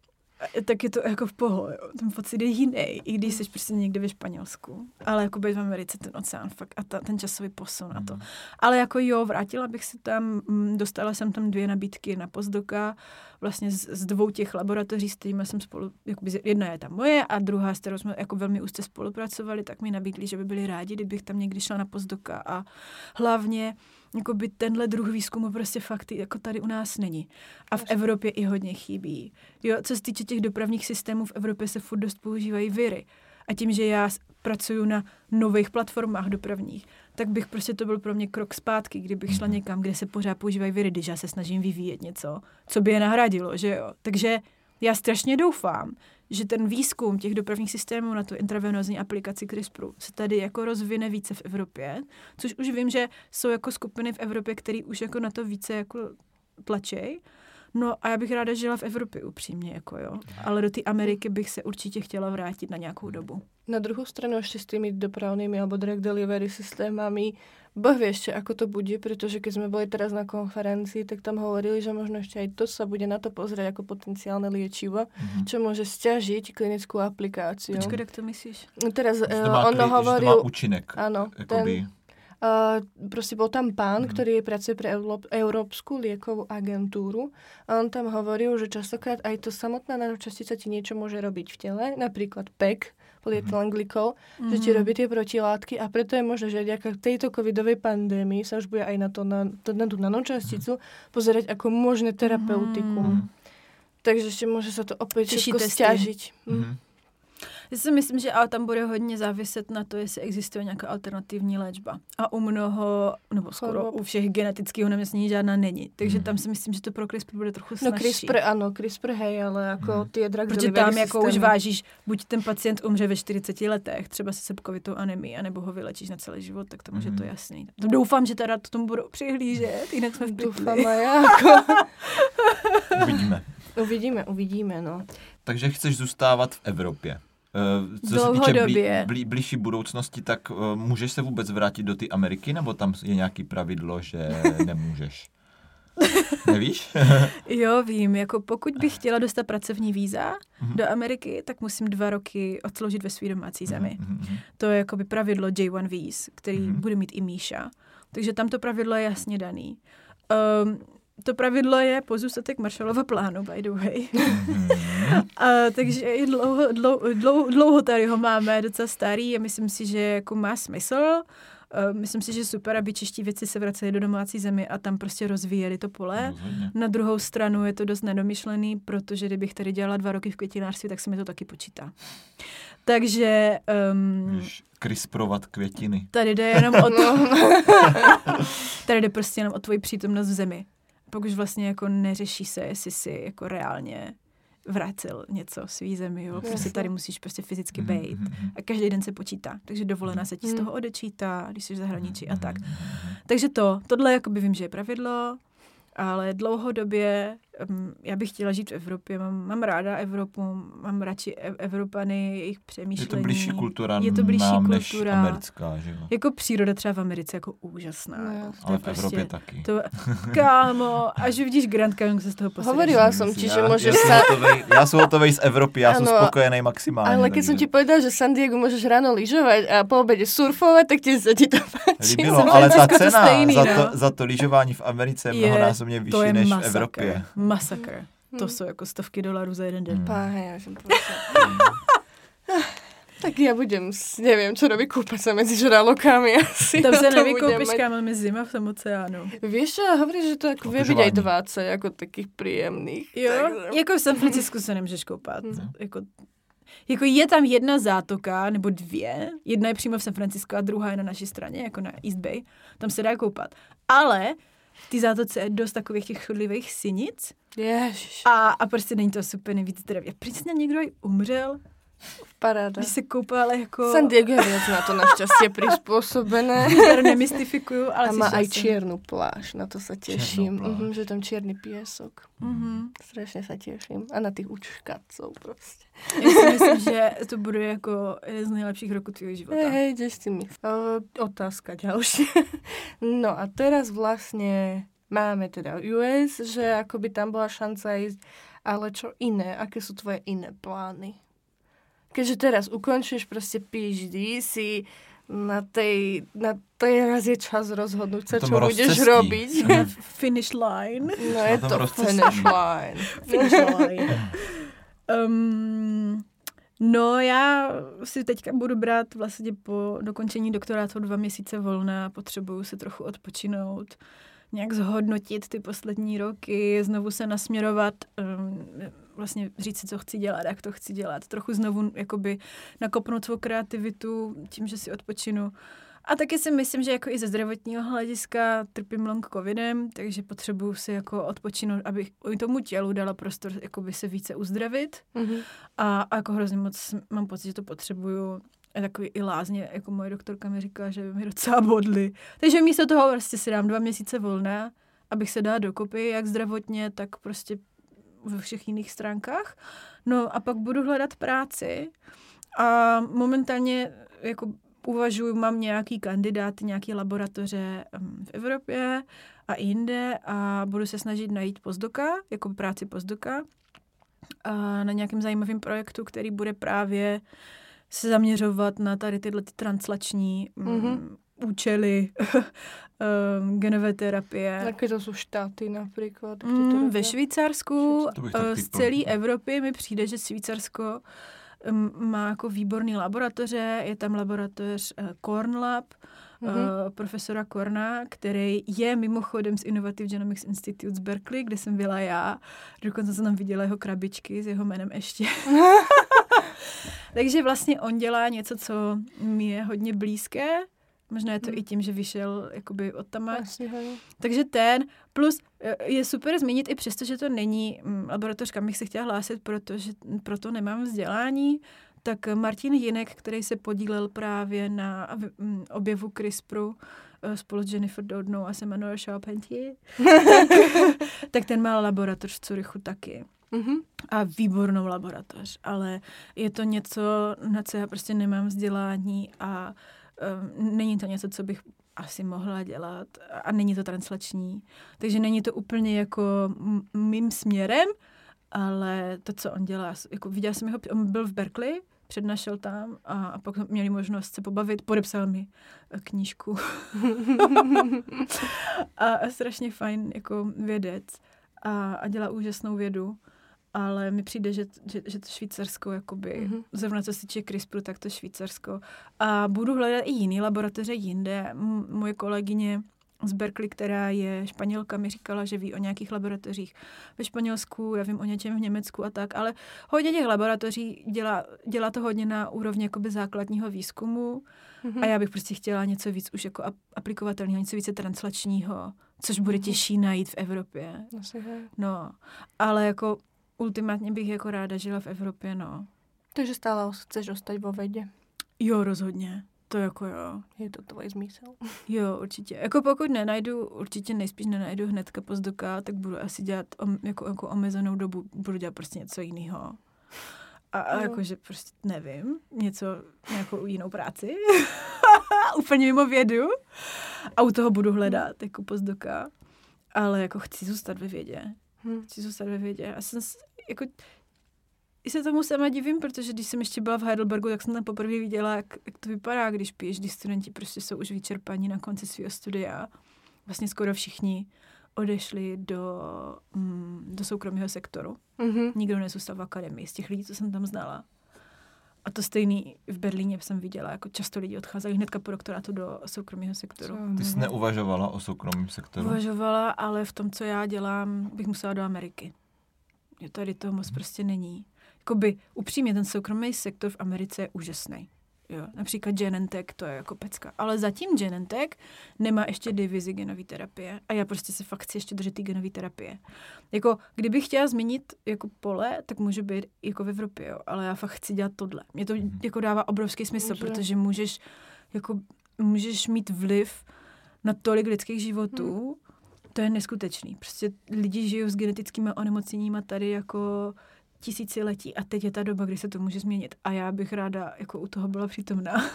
tak je to jako v pohodě, ten pocit je jiný, i když jsi prostě někde ve Španělsku. Ale jako být v Americe, ten oceán fakt a ta, ten časový posun a to. Ale jako jo, vrátila bych se tam, dostala jsem tam dvě nabídky na postdoka, vlastně z, z dvou těch laboratoří, s kterými jsem spolu, jakoby jedna je tam moje a druhá, s kterou jsme jako velmi úzce spolupracovali, tak mi nabídli, že by byli rádi, kdybych tam někdy šla na postdoka a hlavně jakoby tenhle druh výzkumu prostě fakt jako tady u nás není. A v Evropě i hodně chybí. Jo, co se týče těch dopravních systémů, v Evropě se furt dost používají viry. A tím, že já pracuju na nových platformách dopravních, tak bych prostě to byl pro mě krok zpátky, kdybych šla někam, kde se pořád používají viry, když já se snažím vyvíjet něco, co by je nahradilo, že jo. Takže já strašně doufám, že ten výzkum těch dopravních systémů na tu intravenózní aplikaci CRISPRu se tady jako rozvine více v Evropě, což už vím, že jsou jako skupiny v Evropě, které už jako na to více jako tlačej. No a já bych ráda žila v Evropě upřímně, jako jo. Ale do té Ameriky bych se určitě chtěla vrátit na nějakou dobu. Na druhou stranu ešte s tými dopravnými alebo drug delivery systémami, Boh vie ešte, ako to bude, pretože keď sme boli teraz na konferencii, tak tam hovorili, že možno ešte aj to sa bude na to pozrieť ako potenciálne liečivo, mm-hmm. čo môže sťažiť klinickú aplikáciu. Počkej, jak to myslíš? Teraz uh, má, on hovoril... Že to má účinek. Áno, Jakoby... ten... Uh, proste bol tam pán, mm. ktorý pracuje pre Euró- Európsku liekovú agentúru a on tam hovoril, že častokrát aj to samotná nanočastica ti niečo môže robiť v tele, napríklad P E C, polyethylenglykol, mm. že ti robí tie protilátky a preto je možné, že vďaka tejto covidovej pandémii sa už bude aj na, to, na, to, na tú nanočasticu pozerať ako možné terapeutikum. Mm. Takže ešte môže sa to opäť všetko stiažiť. Mm. Já si myslím, že ale tam bude hodně záviset na to, jestli existuje nějaká alternativní léčba. A u mnoho, nebo skoro u všech genetických onemocnění žádná není. Takže tam si myslím, že to pro CRISPR bude trochu snažší. No CRISPR, ano, CRISPR, hej, ale jako hmm. ty drug Protože tam jako už vážíš, buď ten pacient umře ve čtyřiceti letech, třeba se sepkovitou anemii, anebo ho vylečíš na celý život, tak tomu, hmm. že to je jasný. Doufám, že teda to tomu budou přihlížet, jinak jsme v pytli. Doufám, jako. Uvidíme. Uvidíme, uvidíme, no. Takže chceš zůstávat v Evropě. Co se týče blí, blí, blížší budoucnosti, tak uh, můžeš se vůbec vrátit do té Ameriky, nebo tam je nějaký pravidlo, že nemůžeš? Nevíš? Jo, vím. Jako pokud bych chtěla dostat pracovní víza mm-hmm. do Ameriky, tak musím dva roky odsloužit ve své domácí zemi. Mm-hmm. To je jakoby pravidlo J jedna víz, který mm-hmm. bude mít i Míša. Takže tam to pravidlo je jasně daný. Um, To pravidlo je pozůstatek Marshallova plánu, by the way. Mm-hmm. a, takže i dlouho, dlouho, dlouho, dlouho tady ho máme, docela starý a myslím si, že jako má smysl. Uh, myslím si, že super, aby čeští věci se vraceli do domácí zemi a tam prostě rozvíjeli to pole. Rozhodně. Na druhou stranu je to dost nedomyšlený, protože kdybych tady dělala dva roky v květinářství, tak se mi to taky počítá. Takže... Um, CRISPRovat květiny. Tady jde jenom o to... tady jde prostě jenom o tvoji přítomnost v zemi. Pak už vlastně jako neřeší se, jestli si jako reálně vracel něco svý zemi, jo. Prostě tady musíš prostě fyzicky bejt. A každý den se počítá. Takže dovolená se ti z toho odečítá, když jsi v zahraničí a tak. Takže to, tohle jakoby vím, že je pravidlo, ale dlouhodobě um, já bych chtěla žít v Evropě, mám, mám ráda Evropu, mám radši ev- Evropany, jejich přemýšlení. Je to blížší kultura je to blížší nám kultura. než americká, že jo? Jako příroda třeba v Americe jako úžasná. No, ale v prostě, Evropě taky. To, kámo, až uvidíš Grand Canyon, se z toho posadíš. Hovorila som ti, že môžeš sa... Já jsem hotovej z Evropy, já jsem spokojený maximálně. Ale keď som ti povedal, že San Diego môžeš ráno lyžovať a po obede surfovať, tak ti sa ti to páči. Líbilo, ale ta cena stejný, za, to, no. za to lyžování v Americe je mnohonásobně vyšší než v Evropě. Masakr. To jsou jako stovky dolarů za jeden den. Hmm. Páhe, já jsem povedal. Tak ja budem, neviem, čo robí, kúpať sa medzi žralokami asi. Tam se to nevykoupíš, budem mať. kámo, my zima v tom oceánu. Vieš čo, hovoríš, že to jako vie byť aj dvacet, jako takých príjemných. Jo, Takže... jako v San Francisku se nemůžeš koupat. Mhm. Jako, jako je tam jedna zátoka, nebo dvě. Jedna je přímo v San Francisku a druhá je na naší straně, jako na East Bay. Tam se dá koupat. Ale v té zátoce je dost takových těch chodlivých sinic. Ježiš. A, a prostě není to super nejvíc zdravě. Proč někdo i umřel? Paráda. Když se koupal jako... San Diego je viac na to našťastie prispôsobené. To nemystifikuju, ale a má aj slyšela jsem. čiernu pláž, na to sa teším. Čiernu pláž. Mhm, že tam čierny piesok. Mhm. Strašne sa teším. A na tých učkacov proste. Já si myslím, že to bude jako jeden z nejlepších roků tvýho života. Hej, hej, ideš si mi. O, otázka ďalšia. No a teraz vlastne máme teda U S, že akoby tam bola šanca ísť, ale čo iné? Aké sú tvoje iné plány? Keďže teraz ukončíš proste PhD, si na tej, na teraz je čas rozhodnúť sa, čo budeš robiť. Finish line. No je to finish line. Finish line. Um, no já si teďka budu brát vlastně po dokončení doktorátu dva měsíce volna, potřebuju si trochu odpočinout, nějak zhodnotit ty poslední roky, znovu se nasměrovat, um, vlastně říct si, co chci dělat, jak to chci dělat, trochu znovu jakoby nakopnout svou kreativitu tím, že si odpočinu. A taky si myslím, že jako i ze zdravotního hlediska trpím long covidem, takže potřebuju si jako odpočinout, abych i tomu tělu dala prostor jakoby se více uzdravit. Mm-hmm. A, a jako hrozně moc mám pocit, že to potřebuju. A takový i lázně, jako moje doktorka mi říká, že mi docela bodly. Takže místo toho prostě si dám dva měsíce volna, abych se dala dokopy, jak zdravotně, tak prostě ve všech jiných stránkách. No a pak budu hledat práci a momentálně jako uvažuji, mám nějaký kandidát, nějaký laboratoře v Evropě a jinde a budu se snažit najít postdoka, jako práci postdoka a na nějakém zajímavém projektu, který bude právě se zaměřovat na tady tyhle ty translační mm-hmm. účely um, genové terapie. Jaké to jsou štáty například? Mm, ve Švýcarsku, z celé Evropy mi přijde, že Švýcarsko um, má jako výborný laboratoře. Je tam laboratoř uh, Korn Lab, mm-hmm. uh, profesora Korna, který je mimochodem z Innovative Genomics Institute z Berkeley, kde jsem byla já. Dokonce jsem tam viděla jeho krabičky s jeho jménem ještě. Takže vlastně on dělá něco, co mi je hodně blízké. Možná je to hmm. i tím, že vyšel jakoby od tam. Takže ten, plus je super zmínit i přesto, že to není laboratoř, kam bych se chtěla hlásit, protože proto nemám vzdělání, tak Martin Jinek, který se podílel právě na objevu CRISPRu spolu s Jennifer Doudnou a s Emmanuel Charpentier, tak, tak ten má laboratoř v Curychu taky. Mm-hmm. A výbornou laboratoř, ale je to něco, na co já prostě nemám vzdělání a um, není to něco, co bych asi mohla dělat a není to translační. Takže není to úplně jako m- mým směrem, ale to, co on dělá, jako viděla jsem jeho, on byl v Berkeley, přednášel tam a, a pak měli možnost se pobavit, podepsal mi knížku. a, a strašně fajn jako vědec a, a dělá úžasnou vědu. Ale mi přijde, že, že, že to Švýcarsko, jakoby, mm-hmm. zrovna co se týče CRISPRu, tak to Švýcarsko. A budu hledat i jiný laboratoře jinde. M- moje kolegyně z Berkeley, která je Španělka, mi říkala, že ví o nějakých laboratořích ve Španělsku, já vím o něčem v Německu a tak, ale hodně těch laboratoří dělá, dělá to hodně na úrovni jakoby základního výzkumu mm-hmm. a já bych prostě chtěla něco víc už jako aplikovatelného, něco více translačního, což bude těžší najít v Evropě. No, ale jako ultimátně bych jako ráda žila v Evropě, no. Takže stále chceš ostať vo vede? Jo, rozhodně. To jako jo. Je to tvoj zmysel? Jo, určitě. Jako pokud nenajdu, určitě nejspíš nenajdu hnedka postdoka, tak budu asi dělat om, jako, jako omezenou dobu, budu dělat prostě něco jiného. A, a jakože prostě nevím, něco, nějakou jinou práci. Úplně mimo vědu. A u toho budu hledat jako postdoka. Ale jako chci zůstat ve vědě. Hmm. Chci zůstat ve vědě. A jsem jako, i se tomu sama divím, protože když jsem ještě byla v Heidelbergu, tak jsem tam poprvé viděla, jak, jak to vypadá, když PhD studenti prostě jsou už vyčerpaní na konci svého studia. Vlastně skoro všichni odešli do, mm, do soukromého sektoru. Mm-hmm. Nikdo nezůstal v akademii z těch lidí, co jsem tam znala. A to stejný v Berlíně jsem viděla, jako často lidi odcházejí hnedka po doktorátu do soukromého sektoru. Ty jsi neuvažovala o soukromém sektoru? Uvažovala, ale v tom, co já dělám, bych musela do Ameriky. Je tady toho moc prostě není. Jakoby upřímně ten soukromý sektor v Americe je úžasný. Jo, například Genentech, to je jako pecka. Ale zatím Genentech nemá ještě divizi genové terapie a já prostě se fakt chci ještě držet té genové terapie. Jako, kdybych chtěla změnit jako pole, tak může být jako v Evropě, jo, ale já fakt chci dělat tohle. Mě to jako dává obrovský smysl, může. Protože můžeš, jako, můžeš mít vliv na tolik lidských životů, hmm. to je neskutečný. Prostě lidi žijou s genetickými onemocněníma tady jako tisíciletí a teď je ta doba, kdy se to může změnit. A já bych ráda jako u toho byla přítomná.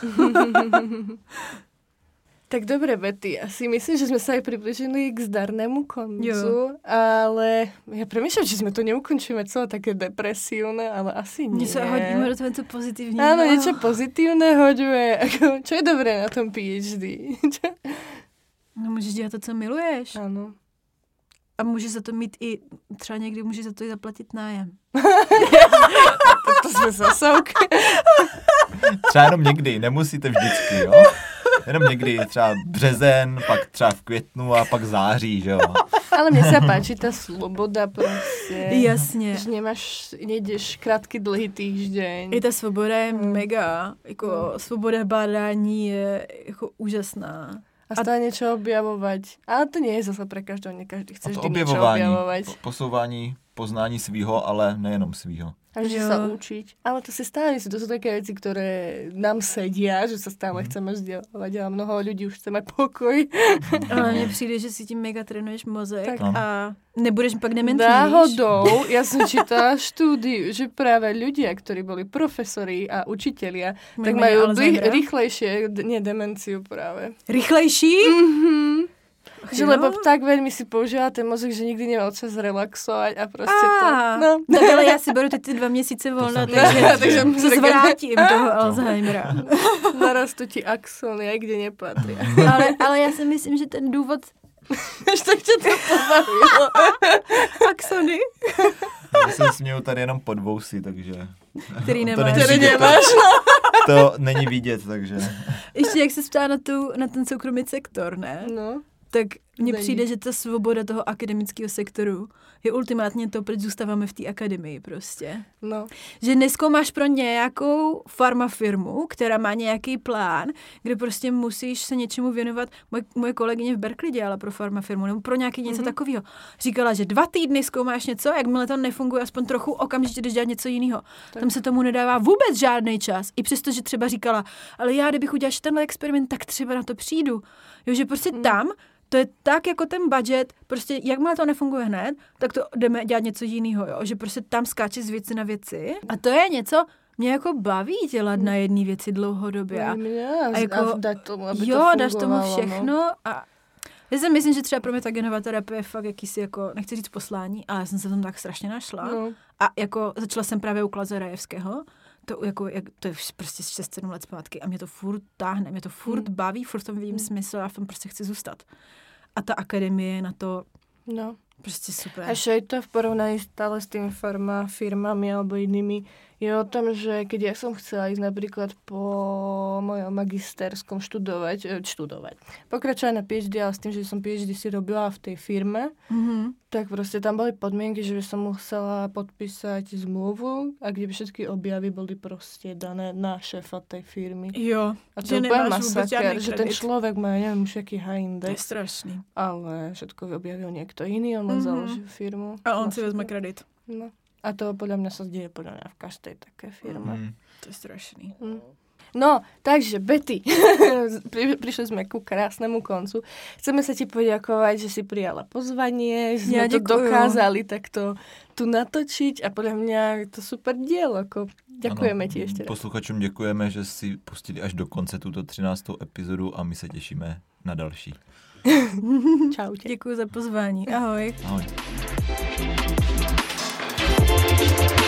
Tak dobre, Betty, asi myslím, že sme sa aj približili k zdarnému koncu, jo. Ale ja premýšľam, či sme to neukončíme celé také depresívne, ale asi nie. Něco hodíme do toho, co pozitívne. Áno, niečo pozitívne hodíme. Čo je dobré na tom PhD? No můžeš dělat to, co miluješ. Áno. A může za to mít i, třeba někdy může za to i zaplatit nájem. Tak to jsme zasouk. Třeba jenom někdy, nemusíte vždycky, jo? Jenom někdy, třeba březen, pak třeba v květnu a pak září, že jo? Ale mne sa páči tá sloboda proste. Jasně. Že nemáš, nejdeš krátky dlhý týždeň. I ta svoboda je hmm. mega. Jako hmm. svoboda bádání je jako úžasná. A stále niečo objavovať. Ale to nie je zase pre každého, nie každý chce vždy niečo objavovať. Po, posouvání, poznání svýho, ale nejenom svýho. A že sa učiť. Ale to si stále myslí, to sú také veci, ktoré nám sedia, že sa stále mm. chceme vzdelávať a mnoho ľudí už chceme pokoj. Ale mne přijde, že si tím mega trénuješ mozek tak. A nebudeš pak nementíš. Náhodou, ja som čítala štúdiu, že práve ľudia, ktorí boli profesori a učitelia, Majú tak majú dli- rýchlejšie, nie demenciu práve. Rýchlejší? Mhm. Že no. Lebo tak veľmi si používala ten mozek, že nikdy nemal čas relaxovať a proste to. No. Tak ale já si beru teď ty dva měsíce volna, takže, takže se zvrátím toho Alzheimera. Narastú ti axony, aj kde nepatrí. ale, ale já si myslím, že ten důvod... Až tak tě to pobavilo. Axony. Já se směju tady jenom pod vousy, takže... Který nemáš. To není Který vidět, nemáš, to, to není vidět, takže... Ještě jak se ptá na, tu, na ten soukromý sektor, ne? No. Tak mně přijde, že ta svoboda toho akademického sektoru je ultimátně to, proč zůstáváme v té akademii prostě. No. Že nezkoumáš pro nějakou farmafirmu, která má nějaký plán, kde prostě musíš se něčemu věnovat. Moje, moje kolegyně v Berkeley dělala pro farmafirmu nebo pro nějaký něco mm-hmm. takového. Říkala, že dva týdny zkoumáš něco, jakmile to nefunguje aspoň trochu, okamžitě jdeš dělat něco jiného. Tam se tomu nedává vůbec žádný čas. I přesto, že třeba říkala, ale já kdybych udělala tenhle experiment, tak třeba na to přijdu. Jo, že prostě mm. tam to je tak jako ten budget, prostě jakmile to nefunguje hned, tak to jdeme dělat něco jiného, jo, že prostě tam skáče z věci na věci. A to je něco, mě jako baví dělat na jedné věci dlouhodobě. A, a jako, a dát tomu, aby jo, to dáš tomu všechno no. A já si myslím, že třeba pro mě ta genová terapie je fakt jakýsi jako, nechci říct poslání, ale já jsem se tam tak strašně našla. No. A jako začala jsem právě u Klaze Rajevského. To, jako, jak, to je prostě šest sedm let zpátky a mě to furt táhne, mě to furt hmm. baví, furt v tom vidím hmm. smysl a v tom prostě chci zůstat. A ta akademie na to no. prostě super. A že je to v porovnaní stále s tými farma, firmami alebo inými, je o tom, že keď ja som chcela ísť napríklad po mojom magisterskom študovať, študovať, pokračovať na PhD, ale s tým, že som PhD si robila v tej firme, mm-hmm. tak proste tam boli podmienky, že by som musela podpísať zmluvu a kde by všetky objavy boli proste dané na šéfa tej firmy. Jo, a to je úplne masaker, že ten človek má, neviem, už aký high index. To je strašný. Ale všetko objavil niekto iný, on len mm-hmm. založil firmu. A on si vezme kredit. No. A to podľa mňa sa deje podľa mňa v každej také firme. Mm. To je strašný. Mm. No, takže Betty, Pri, prišli sme ku krásnemu koncu. Chceme sa ti poďakovať, že si prijala pozvanie, že sme ja, to dokázali takto tu natočiť a podľa mňa je to super dielo. Ako, ďakujeme ano, ti ešte raz. Posluchačům děkujeme, že si pustili až do konce tuto třináctou epizodu a my se těšíme na další. Čau tě. Děkuji za pozvání. Ahoj. Ahoj. Thank you.